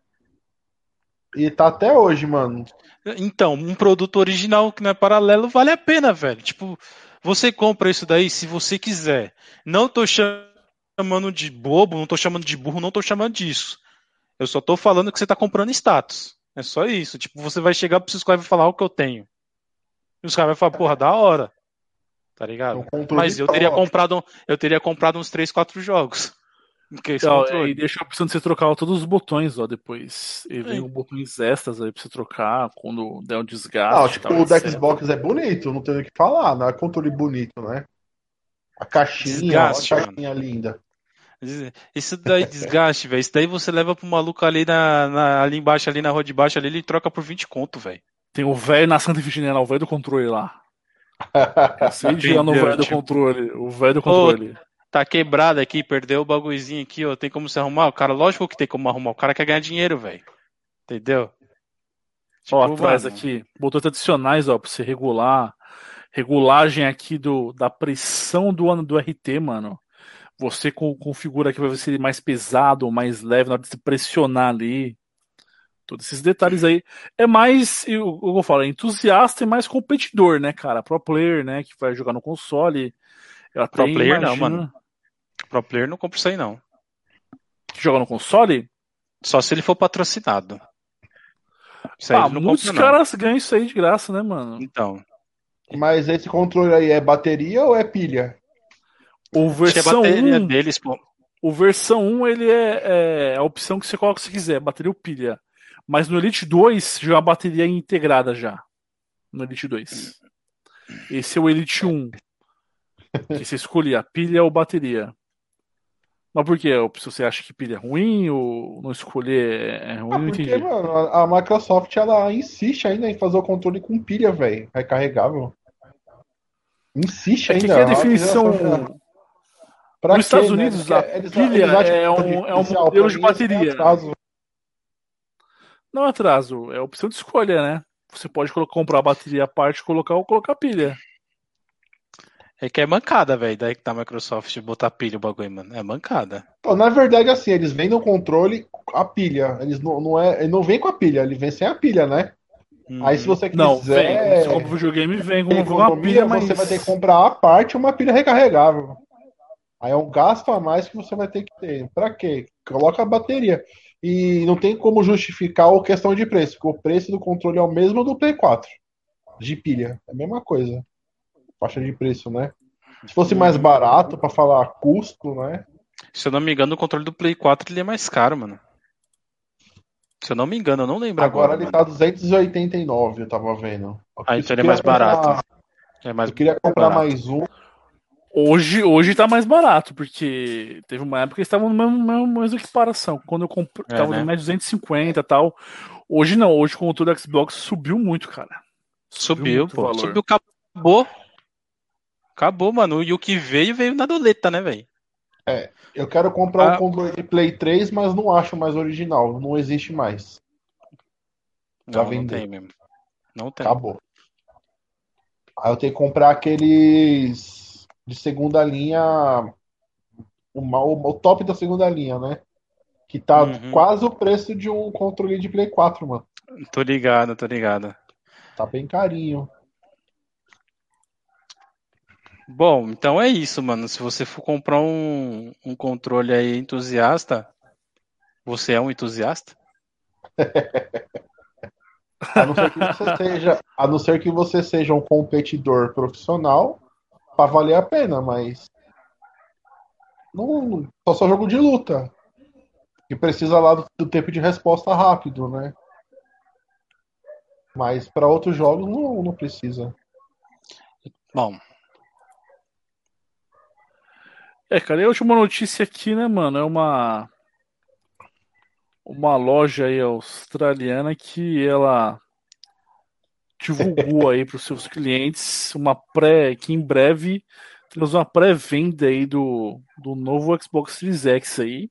E tá até hoje, mano. Então, um produto original que não é paralelo vale a pena, velho. Tipo, você compra isso daí se você quiser. Não tô chamando de bobo, não tô chamando de burro, não tô chamando disso. Eu só tô falando que você tá comprando status. É só isso. Tipo, você vai chegar pros seus caras e falar o que eu tenho. E os caras vão falar, porra, da hora. Tá É um ligado? controle Mas eu teria top. comprado, eu teria comprado uns três, quatro jogos. Porque esse Ó, controle. e deixa a opção de você trocar todos os botões, ó, depois. E vem É, um botões extras aí pra você trocar quando der um Não, desgaste e tipo, tal, o da etcétera. Xbox é bonito, não tenho o que falar, não é controle bonito, né? A caixinha, olha a desgaste, mano. caixinha linda. Isso daí desgaste, velho. Isso daí você leva pro maluco ali, na, na- ali embaixo, ali na rua de baixo, ali, ele troca por vinte conto, velho. Tem o velho na Santa Efigênia lá, o velho do controle lá. Cansei de ir lá no Entendeu? velho do Tipo, controle. O velho do ô, controle. tá quebrado aqui, perdeu o bagulhozinho aqui, ó. Tem como se arrumar? O cara, lógico que tem como arrumar. O cara quer ganhar dinheiro, velho. Entendeu? Ó, Tipo, atrás mano. aqui, botões adicionais, ó, pra você regular. Regulagem aqui do, da pressão do ano do R T, mano. Você co- configura aqui pra ver se ele é mais pesado ou mais leve na hora de se pressionar ali. Todos esses detalhes aí. É mais, eu, eu vou falar, entusiasta e mais competidor, né, cara? Pro player, né, que vai jogar no console. Eu até Pro player não, mano. imagino. Pro player não compra isso aí, não. Que joga no console? Só se ele for patrocinado. Isso aí Ah, ele não muitos compra, não. caras ganham isso aí de graça, né, mano? Então. Mas esse controle aí é bateria ou é pilha? O Acho que é a versão bateria um, deles, pô. o versão um ele é, é a opção que você coloca se quiser, bateria ou pilha. Mas no Elite dois já é uma bateria integrada já. No Elite dois. Esse é o Elite um, que você escolhe a pilha ou bateria. Mas por quê? Se você acha que pilha é ruim ou não escolher é ruim, Ah, não porque, entendi. mano, a a Microsoft ela insiste ainda em fazer o controle com pilha, velho. Recarregável. Insiste É que aqui ainda. a A hora que geração já. definição. Pra Nos quê, Estados né? Eles, Unidos, a quer- eles, pilha eles acham que é é um, é um diferencial. Pra modelo de mim, esse é bateria. atraso. Não é atraso, é opção de escolha, né? Você pode colo- comprar a bateria à parte, colocar ou colocar pilha. É que é mancada, velho. Daí que tá a Microsoft botar pilha o bagulho, mano. É mancada. Então, na verdade, assim, eles vendem o controle a pilha. Eles não, não é, ele não vem com a pilha, ele vem sem a pilha, né? Aí, se Uhum. você Não, vem. Quando você compra o quiser videogame, vem ter com com uma pilha, economia, você vai ter que mas. comprar a parte uma pilha recarregável. Aí é um gasto a mais que você vai ter que ter. Pra quê? Coloca a bateria. E não tem como justificar a questão de preço, porque o preço do controle é o mesmo do Play quatro, de pilha. É a mesma coisa. Faixa de preço, né? Se fosse mais Uhum. barato, pra falar custo, né? Se eu não me engano, o controle do Play quatro ele é mais caro, mano. Se eu não me engano, eu não lembro Agora agora, ele mano. tá duzentos e oitenta e nove, eu tava vendo. Eu Ah, então ele é queria mais barato. comprar, É mais eu queria comprar barato. mais um. Hoje, hoje tá mais barato, porque teve uma época que eles estavam no mesmo, mesmo, mesma equiparação. Quando eu comprei, É, tava no né? médio duzentos e cinquenta e tal. Hoje não, hoje com o controle do Xbox subiu muito, cara. Subiu Subiu, muito o pô. valor. Subiu, acabou. Acabou, mano. E o que veio, veio na doleta, né, velho? É, eu quero comprar o Ah, controle de Play três, mas não acho mais original. Não existe mais pra não, não vender. tem mesmo. Não tem. Acabou. Aí eu tenho que comprar aqueles de segunda linha, o, ma- o, o top da segunda linha, né? Que tá Uhum. quase o preço de um controle de Play quatro, mano. Tô ligado, tô ligado. Tá bem carinho. Bom, então é isso, mano. Se você for comprar um, um controle aí entusiasta, você é um entusiasta? A não ser que você seja, a não ser que você seja um competidor profissional, pra valer a pena, mas não, só só jogo de luta. E precisa lá do, do tempo de resposta rápido, né? Mas para outros jogos não, não precisa. Bom, É, cara, e a última notícia aqui, né, mano? É uma, uma loja aí australiana que ela divulgou aí para os seus clientes uma pré, que em breve temos uma pré-venda aí do, do novo Xbox Series X aí.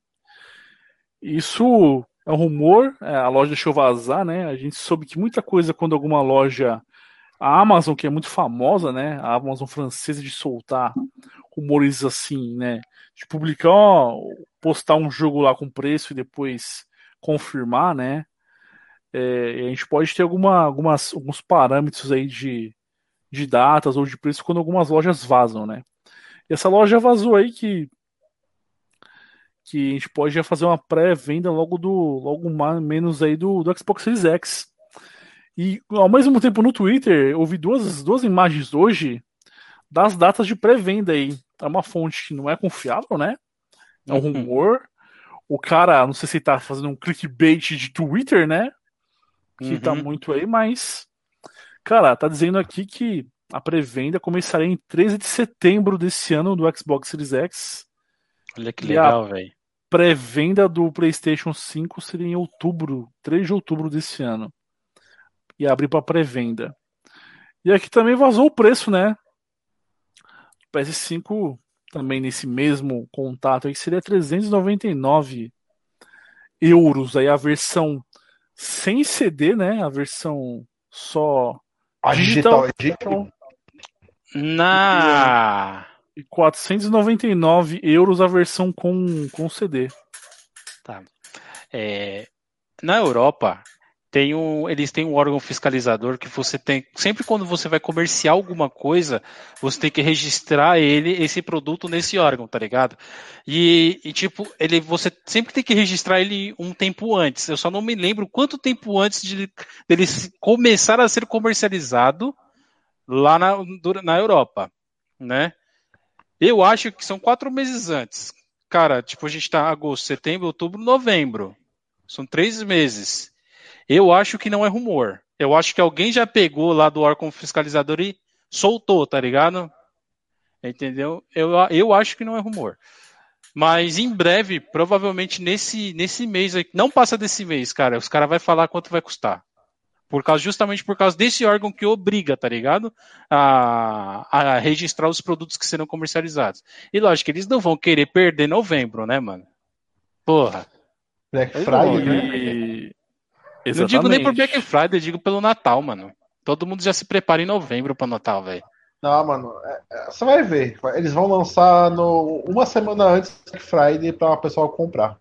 Isso é um rumor, é, a loja deixou vazar, né? A gente soube que muita coisa quando alguma loja, a Amazon, que é muito famosa, né? A Amazon francesa de soltar rumores assim, né? De publicar, ó, postar um jogo lá com preço e depois confirmar, né? É, a gente pode ter alguma, algumas, alguns parâmetros aí de, de datas ou de preço quando algumas lojas vazam, né? E essa loja vazou aí que, que a gente pode já fazer uma pré-venda logo do logo mais, menos aí do, do Xbox Series X. E ao mesmo tempo no Twitter eu vi duas, duas imagens hoje das datas de pré-venda aí. É uma fonte que não é confiável, né? É um rumor. O cara, não sei se tá fazendo um clickbait de Twitter, né? Que tá Uhum. muito aí, mas. Cara, tá dizendo aqui que a pré-venda começaria em treze de setembro desse ano do Xbox Series X. Olha que E a legal, velho. pré-venda do PlayStation cinco seria em outubro, três de outubro desse ano. E abrir pra pré-venda. E aqui também vazou o preço, né? P S cinco também nesse mesmo contato aí seria trezentos e noventa e nove euros. Aí a versão sem C D, né? A versão só A digital. Digital Edition. Na. E quatrocentos e noventa e nove euros a versão com, com C D. Tá. É, na Europa, tem um, eles têm um órgão fiscalizador que você tem. Sempre quando você vai comerciar alguma coisa, você tem que registrar ele, esse produto, nesse órgão, tá ligado? E, e, tipo, ele, você sempre tem que registrar ele um tempo antes. Eu só não me lembro quanto tempo antes de dele começar a ser comercializado lá na, na Europa, né? Eu acho que são quatro meses antes. Cara, tipo, a gente tá em agosto, setembro, outubro, novembro. São três meses. Eu acho que não é rumor. Eu acho que alguém já pegou lá do órgão fiscalizador e soltou, tá ligado? Entendeu? Eu, eu acho que não é rumor. Mas em breve, provavelmente nesse, nesse mês aí, não passa desse mês, cara. Os caras vão falar quanto vai custar. Por causa, justamente por causa desse órgão que obriga, tá ligado? A, a registrar os produtos que serão comercializados. E lógico que eles não vão querer perder novembro, né, mano? Porra. Black Eles não vão Friday, querer né? perder. E... Não digo nem por Exatamente. Black Friday, eu digo pelo Natal, mano. Todo mundo já se prepara em novembro pra Natal, velho. Não, mano, é- é- você vai ver. Eles vão lançar no, uma semana antes do Black Friday para o pessoal comprar.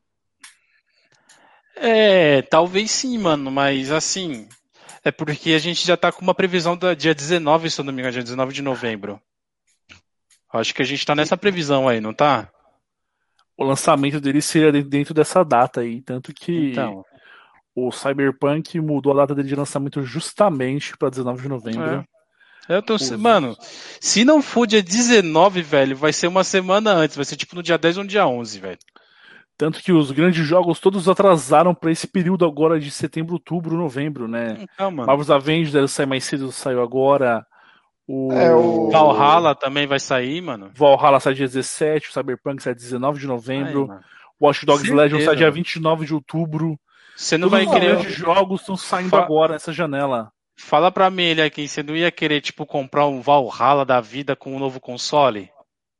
É, talvez sim, mano, mas assim. É porque a gente já tá com uma previsão do dia dezenove, se eu não me engano, dia dezenove de novembro. Acho que a gente tá nessa previsão aí, não tá? O lançamento dele seria dentro dessa data aí. Tanto que Então. o Cyberpunk mudou a data dele de lançamento justamente para dezenove de novembro. É. Eu tô, Os... Mano, se não for dia dezenove, velho, vai ser uma semana antes. Vai ser tipo no dia dez ou no dia onze, velho. Tanto que os grandes jogos todos atrasaram para esse período agora de setembro, outubro, novembro, né? Então, mano. Marvel's Avengers sai mais cedo, saiu agora. É, O o- Valhalla também vai sair, mano. Valhalla sai dia dezessete, o Cyberpunk sai dezenove de Aí, novembro. mano. Watch Dogs Legion sai Certeza, dia mano. vinte e nove de outubro. Você não Todos vai os querer. grandes jogos estão saindo Fa- agora nessa janela. Fala pra mim ele aqui, você não ia querer, tipo, comprar um Valhalla da vida com um novo console?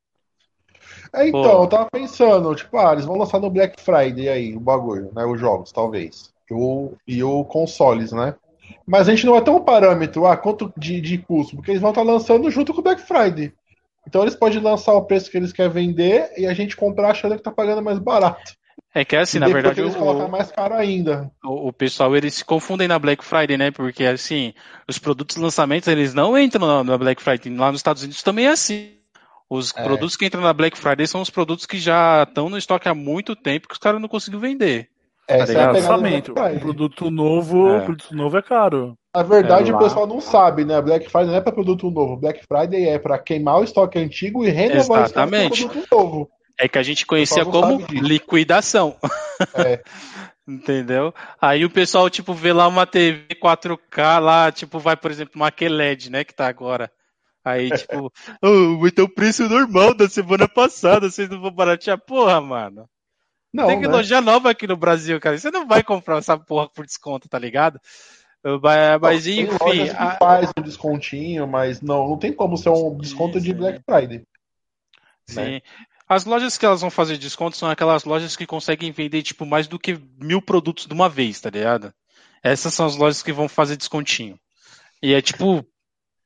É, então, eu Porra. tava pensando, tipo, ah, eles vão lançar no Black Friday aí o bagulho, né? Os jogos, talvez. E o, e o consoles, né? Mas a gente não é tão parâmetro, ah, quanto de, de custo, porque eles vão estar lançando junto com o Black Friday. Então eles podem lançar o preço que eles querem vender e a gente comprar achando que tá pagando mais barato. É que assim, E na depois verdade, eles colocam o, mais caro ainda. o, o pessoal, eles se confundem na Black Friday, né? Porque, assim, os produtos lançamentos, eles não entram na, na Black Friday. Lá nos Estados Unidos também é assim. Os É, produtos que entram na Black Friday são os produtos que já estão no estoque há muito tempo que os caras não conseguiram vender. Tá essa é a ligado? pegada do Black Lançamento. Friday. Produto novo, É, produto novo é caro. Na é verdade, o lá. pessoal não sabe, né? Black Friday não é para produto novo. Black Friday é para queimar o estoque antigo e renovar o estoque com Exatamente. produto novo. É que a gente O pessoal conhecia não como sabe disso. liquidação. É. Entendeu? Aí o pessoal, tipo, vê lá uma T V quatro K lá, tipo, vai, por exemplo, uma Q L E D, né, que tá agora. Aí, tipo, oh, mas é o preço normal da semana passada, vocês não vão baratear. Porra, mano. Não, né? Tecnologia nova aqui no Brasil, cara. Você não vai comprar essa porra por desconto, tá ligado? Mas, mas Tem enfim, lojas que a- faz um descontinho, mas não, não tem como ser um desconto sim, de sim, Black Friday, né? sim. As lojas que elas vão fazer desconto são aquelas lojas que conseguem vender, tipo, mais do que mil produtos de uma vez, tá ligado? Essas são as lojas que vão fazer descontinho. E é tipo,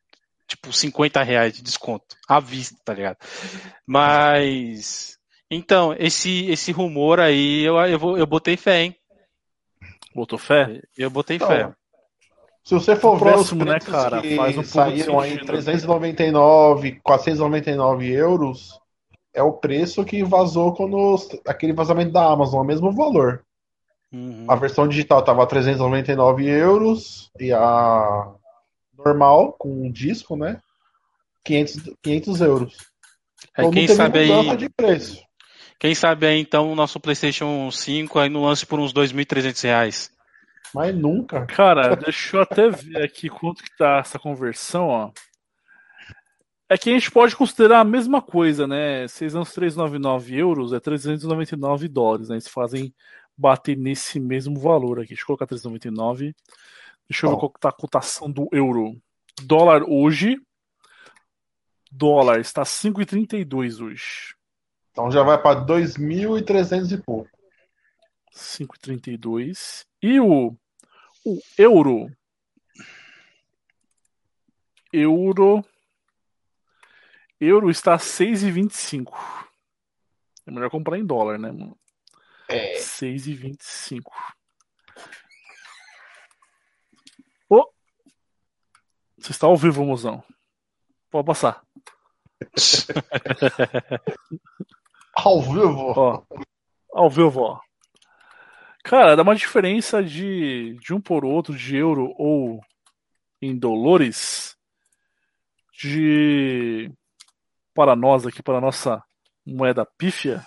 tipo, cinquenta reais de desconto. À vista, tá ligado? Mas. Então, esse, esse rumor aí, eu, eu, vou, eu botei fé, hein? Botou fé? Eu botei Então, fé. se você Tá for ver os próximo, né, preços cara? que Faz um pouco de saíram aí, sentido. trezentos e noventa e nove, quatrocentos e noventa e nove euros, é o preço que vazou quando os- aquele vazamento da Amazon, o mesmo valor. Uhum. A versão digital estava trezentos e noventa e nove euros e a normal, com o disco, né? quinhentos, quinhentos euros. Aí Então não quem teve sabe mudança aí. de preço. Quem sabe aí, então, o nosso PlayStation cinco aí no lance por uns dois mil e trezentos reais. Mas nunca. Cara, deixa eu até ver aqui quanto que tá essa conversão, ó. É que a gente pode considerar a mesma coisa, né? seis anos trezentos e noventa e nove euros é trezentos e noventa e nove dólares, né? Eles fazem bater nesse mesmo valor aqui. Deixa eu colocar trezentos e noventa e nove. Deixa eu ver Então, qual que tá a cotação do euro. Dólar hoje. Dólar está cinco e trinta e dois hoje. então já vai para dois mil e trezentos e pouco. cinco e trinta e dois. E o, o euro. Euro. Euro está seis e vinte e cinco. É melhor comprar em dólar, né, mano? É. seis e vinte e cinco. Ô! Você está ao vivo, mozão. Pode passar. Ao vivo. Ó, ao vivo, ó. Cara, dá uma diferença de, de um por outro, de euro ou em dólares, de para nós aqui, para a nossa moeda pífia,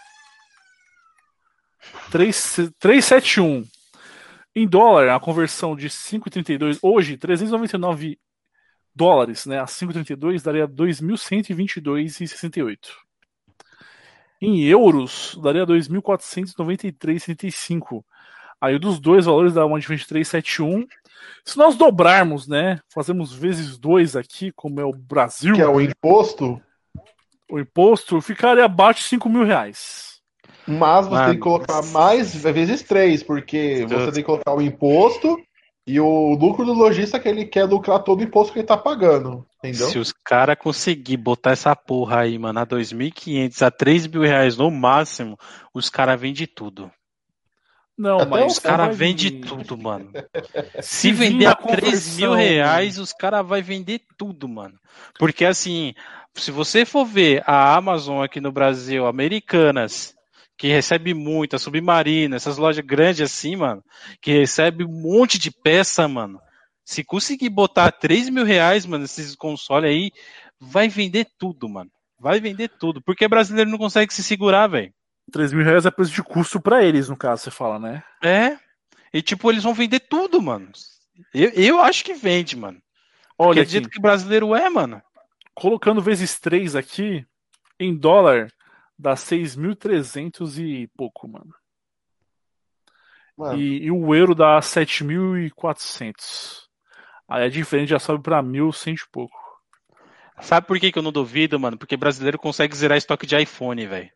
três vírgula setenta e um. Em dólar, a conversão de cinco e trinta e dois, hoje, trezentos e noventa e nove dólares, né, a cinco e trinta e dois daria dois mil cento e vinte e dois vírgula sessenta e oito. Em euros, daria dois mil quatrocentos e noventa e três vírgula setenta e cinco. Aí dos dois valores dá uma de vinte e três vírgula setenta e um. Se nós dobrarmos, né, fazemos vezes dois aqui, como é o Brasil, Que é o imposto, o imposto ficaria abaixo de cinco mil reais. mas você Mano. tem que colocar mais vezes três, porque você tem que colocar o imposto e o lucro do lojista que ele quer lucrar todo o imposto que ele tá pagando. Entendeu? Se os caras conseguir botar essa porra aí, mano, a dois mil e quinhentos a três mil reais no máximo, os caras vendem tudo. Não, Até mas Os caras vai vendem vir- tudo, mano. Se Se vender vir a a três mil conversão- reais, os caras vão vender tudo, mano. Porque assim, se você for ver a Amazon aqui no Brasil, Americanas, que recebe muito, a Submarina, essas lojas grandes assim, mano, que recebe um monte de peça, mano. Se conseguir botar três mil reais, mano, esses consoles aí, vai vender tudo, mano. Vai vender tudo. Porque brasileiro não consegue se segurar, velho. três mil reais é preço de custo pra eles, no caso, você fala, né? É. E tipo, eles vão vender tudo, mano. Eu, eu acho que vende, mano. Porque Olha é do jeito aqui, que brasileiro é, mano. colocando vezes três aqui, em dólar, dá seis mil e trezentos e pouco, mano. Mano, E, e o euro dá sete mil e quatrocentos. Aí a diferença já sobe pra mil e cem e pouco. Sabe por que, que eu não duvido, mano? Porque brasileiro consegue zerar estoque de iPhone, velho.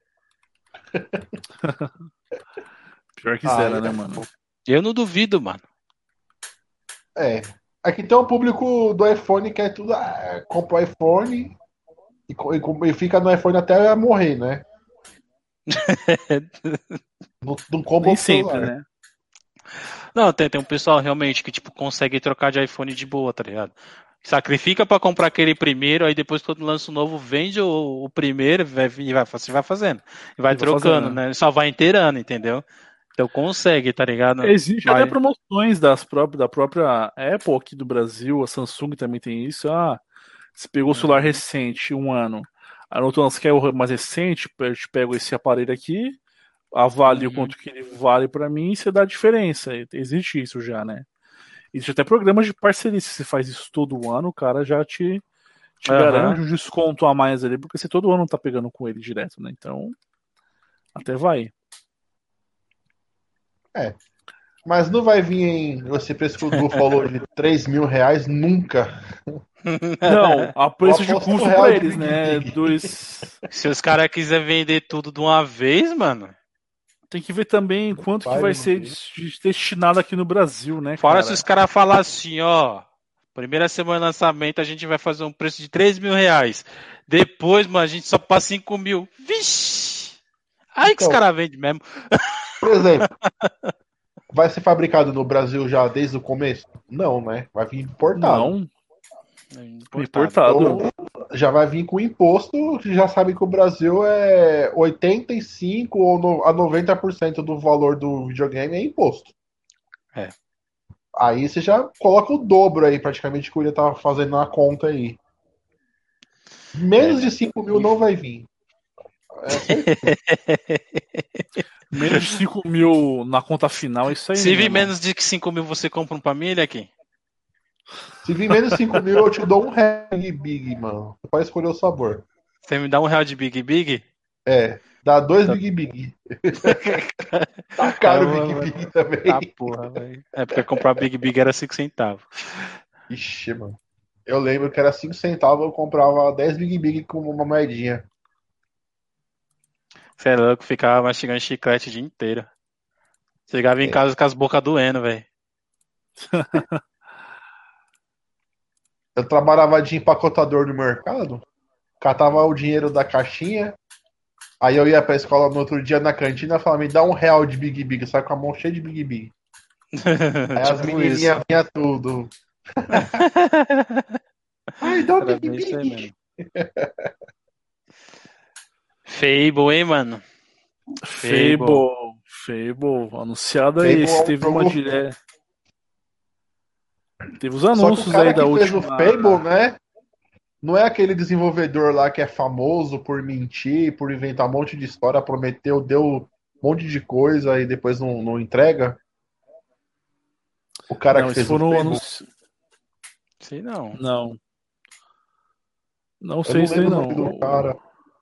Pior que Ah, zero, é. né, mano? Eu não duvido, mano. É. Aqui tem um público do iPhone que é tudo. Ah, compra o iPhone e, co- e co- e fica no iPhone até morrer, né? Não, não compra Nem outro sempre, celular. né? Não, tem, tem um pessoal realmente que, tipo, consegue trocar de iPhone de boa, tá ligado? Sacrifica pra comprar aquele primeiro, aí depois quando lança o novo, vende o, o primeiro vai, e vai, você vai fazendo. E vai E vai trocando, fazendo. né? Só vai inteirando, entendeu? Então consegue, tá ligado? Existe até Mas, promoções das próprias, da própria Apple aqui do Brasil, a Samsung também tem isso. Ah, você pegou o celular recente, um ano. Aí no outro ano você quer o mais recente, eu te pego esse aparelho aqui, avalio Uhum. quanto que ele vale pra mim e você dá a diferença. Existe isso já, né? Existe até programas de parceria. Se você faz isso todo ano, o cara já te, te Aham. garante um desconto a mais ali, porque você todo ano tá pegando com ele direto, né? Então, até vai. Mas não vai vir em esse preço que o Du falou de três mil reais nunca. Não, a preço de aposto um custo real pra de eles, Big né? Pig. Dois. Se os caras quiserem vender tudo de uma vez, mano. Tem que ver também quanto que Vai vai de uma ser vez. destinado aqui no Brasil, né, Fora cara? se os caras falar assim, ó. Primeira semana de lançamento, a gente vai fazer um preço de três mil reais. Depois, mano, a gente só passa cinco mil. Vixe! Aí que os Então, caras vendem mesmo. por exemplo, vai ser fabricado no Brasil já desde o começo? Não, né? Vai vir importado. Não, Importado. importado. Então, já vai vir com imposto, que já sabe que o Brasil é oitenta e cinco ou no- a noventa por cento do valor do videogame é imposto. É. Aí você já coloca o dobro aí, praticamente, que o William tava fazendo na conta aí. Menos É, de né? cinco mil não vai vir. É certeza. Menos de cinco mil na conta final, é isso aí, Se né, vir irmão? menos de cinco mil, você compra um pra mim, ele aqui. Se vir menos de cinco mil, eu te dou um real de Big, mano. Você pode escolher o sabor. Você me dá um real de Big Big? É, dá dois Tá. Big Big. Tá Tá, caro o bom, Big Big também. tá porra, velho. É porque comprar Big Big era cinco centavos. Ixi, mano. Eu lembro que era cinco centavos, eu comprava dez Big Big com uma moedinha. Você é louco, ficava mastigando chiclete o dia inteiro. Chegava em É. casa com as bocas doendo, velho. Eu trabalhava de empacotador no mercado, catava o dinheiro da caixinha, aí eu ia pra escola no outro dia na cantina e falava, me dá um real de Big Big, sai com a mão cheia de Big Big. Aí as Tipo isso. menininhas vinham tudo. Ai, dá um Era Big bem isso aí Big. mesmo. Fable, hein, mano? Fable, Fable, anunciado aí. Fable é Esse um teve uma jogo. dire... Teve os Só que o anúncios cara aí da que fez o última. Fable, né? Não é aquele desenvolvedor lá que é famoso por mentir, por inventar um monte de história, prometeu, deu um monte de coisa e depois não, não entrega. O cara Não, que esse fez o foram Fable. anúncios. Sei não. Não. Não Eu sei não isso aí lembro o não. nome do cara.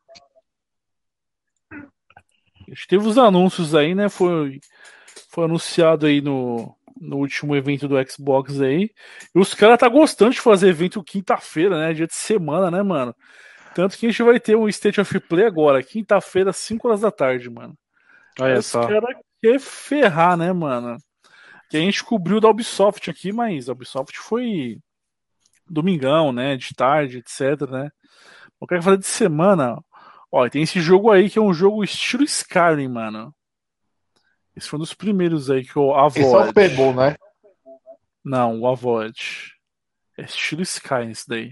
A gente teve os anúncios aí, né? Foi, foi anunciado aí no, no último evento do Xbox aí. E os caras tá gostando de fazer evento quinta-feira, né? Dia de semana, né, mano? Tanto que a gente vai ter um State of Play agora, quinta-feira, cinco horas da tarde, mano. Aí Olha os só. caras querem ferrar, né, mano? Que a gente cobriu da Ubisoft aqui, mas a Ubisoft foi domingão, né? De tarde, etc, né? Eu quero falar de semana. Ó, tem esse jogo aí que é um jogo estilo Skyrim, mano. Esse foi um dos primeiros aí que eu Esse é o Avoid. Fable, né? Não, o Avoid. É estilo Skyrim esse daí.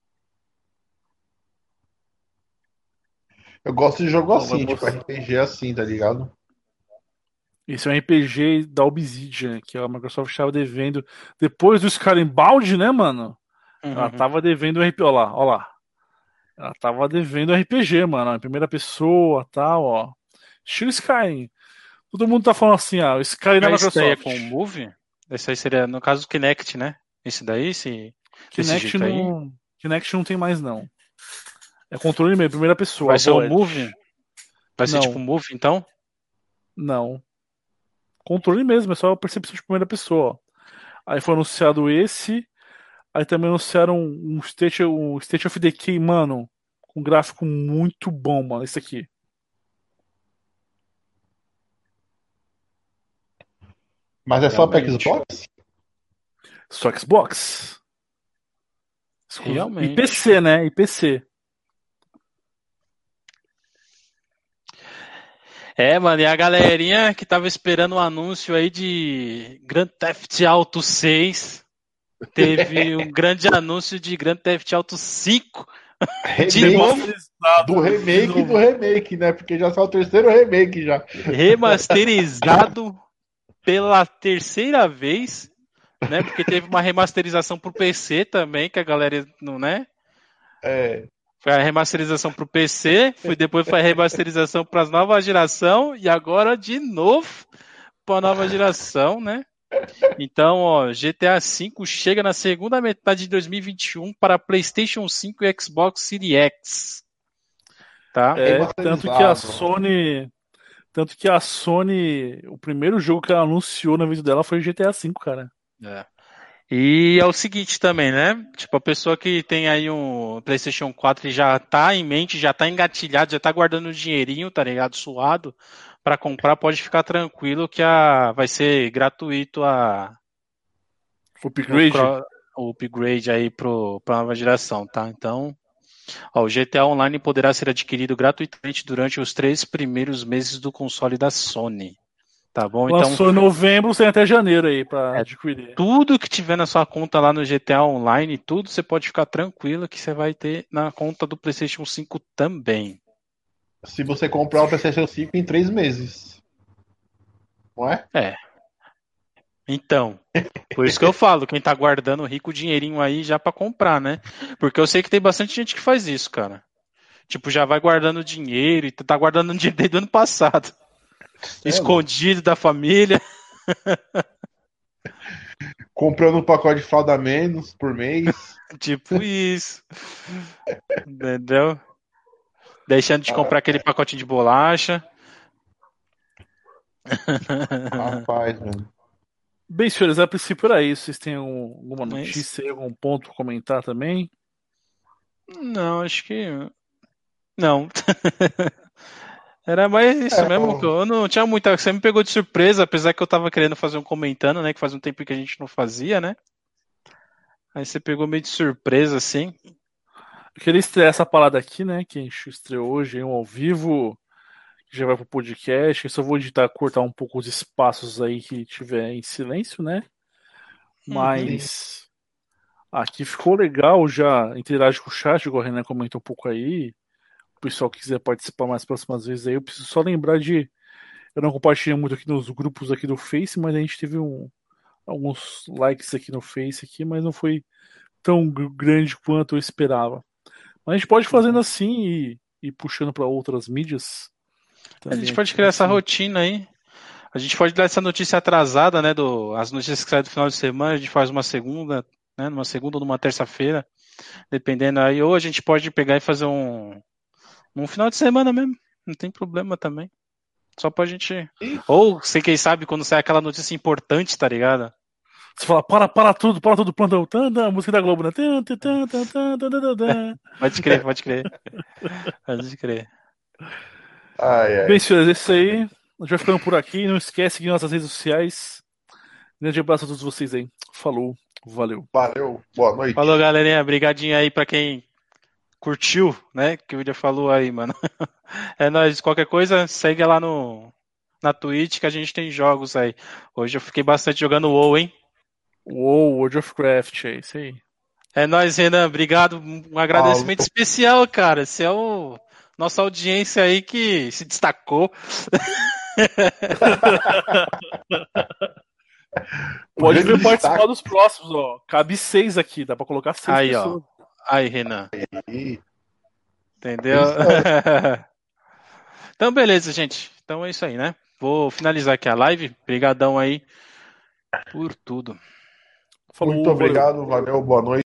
Eu gosto de jogo Ó, vai assim, tipo mostrar. R P G assim, tá ligado? Esse é um R P G da Obsidian, que a Microsoft estava devendo. Depois do Skyrim Bound, né, mano? Ela Uhum. tava devendo um R P G. Ó lá, ó lá. Ela tava devendo R P G, mano. Em primeira pessoa, tal, ó. Estilo Skyrim. Todo mundo tá falando assim, ah, o Skyrim da Mas esse daí é Microsoft. com o Move? Esse aí seria, no caso, o Kinect, né? Esse daí, esse, desse Kinect jeito aí. não. Kinect não tem mais, não. É controle mesmo, primeira pessoa, Vai ser o Avoid. Move? Vai ser tipo Não, um Move, então? não. Controle mesmo, é só a percepção de primeira pessoa. Ó. Aí foi anunciado esse. Aí também anunciaram um State, um State of Decay, mano. Com gráfico muito bom, mano. Esse aqui. Mas é só pra Realmente. Xbox? Só Xbox. Exclusivo. E Realmente. P C, né? E P C. É, mano, e a galerinha que tava esperando o anúncio aí de Grand Theft Auto seis, teve um grande anúncio de Grand Theft Auto cinco de Remake novo, do remake do remake, né? Porque já saiu o terceiro remake já. remasterizado pela terceira vez, né? Porque teve uma remasterização pro P C também, que a galera não, né? É. Foi a remasterização pro P C, foi, depois foi a remasterização para as novas geração e agora de novo para a nova geração, né? Então, ó, G T A cinco chega na segunda metade de dois mil e vinte e um para PlayStation cinco e Xbox Series X. Tá? É, tanto que a Remasterizado. Sony. Tanto que a Sony. O primeiro jogo que ela anunciou na vida dela foi G T A V, cara. É. E é o seguinte também, né? Tipo, a pessoa que tem aí um PlayStation quatro e já tá em mente, já tá engatilhado, já tá guardando o dinheirinho, tá ligado? Suado para comprar, pode ficar tranquilo que a vai ser gratuito a O o, upgrade? cro- o upgrade aí pro, pra nova geração, tá? Então, ó, o G T A Online poderá ser adquirido gratuitamente durante os três primeiros meses do console da Sony. Tá bom? Então, Lançou em novembro, tem até janeiro aí pra É. adquirir. tudo que tiver na sua conta lá no G T A Online, tudo você pode ficar tranquilo que você vai ter na conta do PlayStation cinco também. Se você comprar o PlayStation cinco em três meses. Não é? É. Então, por isso que eu falo, quem tá guardando rico dinheirinho aí já pra comprar, né? Porque eu sei que tem bastante gente que faz isso, cara. Tipo, já vai guardando dinheiro e tá guardando dinheiro desde o ano passado. Cê é Escondido da família. Comprando um pacote de fralda a menos por mês. Tipo isso. Entendeu? Deixando de comprar aquele pacotinho de bolacha. Rapaz, mano. Bem, senhores, a princípio era isso. Vocês têm algum- alguma Mas- notícia aí, algum ponto pra comentar também? Não, acho que. Não. Era mais isso É, mesmo. eu- que Eu não tinha muita. Você me pegou de surpresa, apesar que eu tava querendo fazer um comentando, né? Que faz um tempo que a gente não fazia, né? Aí você pegou meio de surpresa, assim. Eu queria estrear essa parada aqui, né? Que a gente estreou hoje, um ao vivo, que já vai pro podcast. Eu só vou editar, cortar um pouco os espaços aí que tiver em silêncio, né? Mas aqui ficou legal, já interage com o chat, igual a Renan comentou um pouco aí. O pessoal que quiser participar mais próximas vezes aí, eu preciso só lembrar de. Eu não compartilhei muito aqui nos grupos aqui do Face, mas a gente teve um, alguns likes aqui no Face aqui, mas não foi tão gr- grande quanto eu esperava. Mas a gente pode ir fazendo assim e, e puxando para outras mídias. A Também gente pode aqui criar essa nesse- rotina aí. A gente pode dar essa notícia atrasada, né? Do, as notícias que saem do final de semana, a gente faz uma segunda, né? Numa segunda ou numa terça-feira. Dependendo aí. Ou a gente pode pegar e fazer um. Um final de semana mesmo. Não tem problema também. Só pra gente. Ou, sei quem sabe, quando sai aquela notícia importante, tá ligado? Você fala, para, para tudo, para tudo, plantão. Tan, tan, a música da Globo, né? Tan, tan, tan, tan, tan, tan, tan, tan. Pode crer, pode crer. Pode crer. Ai, Bem, ai. senhores, é isso aí. A gente vai ficando por aqui. Não esquece de nossas redes sociais. Grande abraço a todos vocês aí. Falou, valeu. Valeu, boa noite. Falou, galerinha. Obrigadinho aí pra quem curtiu, né? Que o William falou aí, mano. É nóis. Qualquer coisa, segue lá no, na Twitch que a gente tem jogos aí. Hoje eu fiquei bastante jogando WoW, hein? Uou, World of Craft, é isso aí. É nóis, Renan. Obrigado. Um agradecimento Falou. especial, cara. Você é o nossa audiência aí que se destacou. Pode grande vir participar destaque. dos próximos, ó. Cabe seis aqui, dá pra colocar seis Aí, pessoas. ó. Aí, Renan. Ih, Entendeu? Isso aí. Então, beleza, gente. Então é isso aí, né? Vou finalizar aqui a live. Obrigadão aí por tudo. Falou, Muito valeu. obrigado, valeu, boa noite.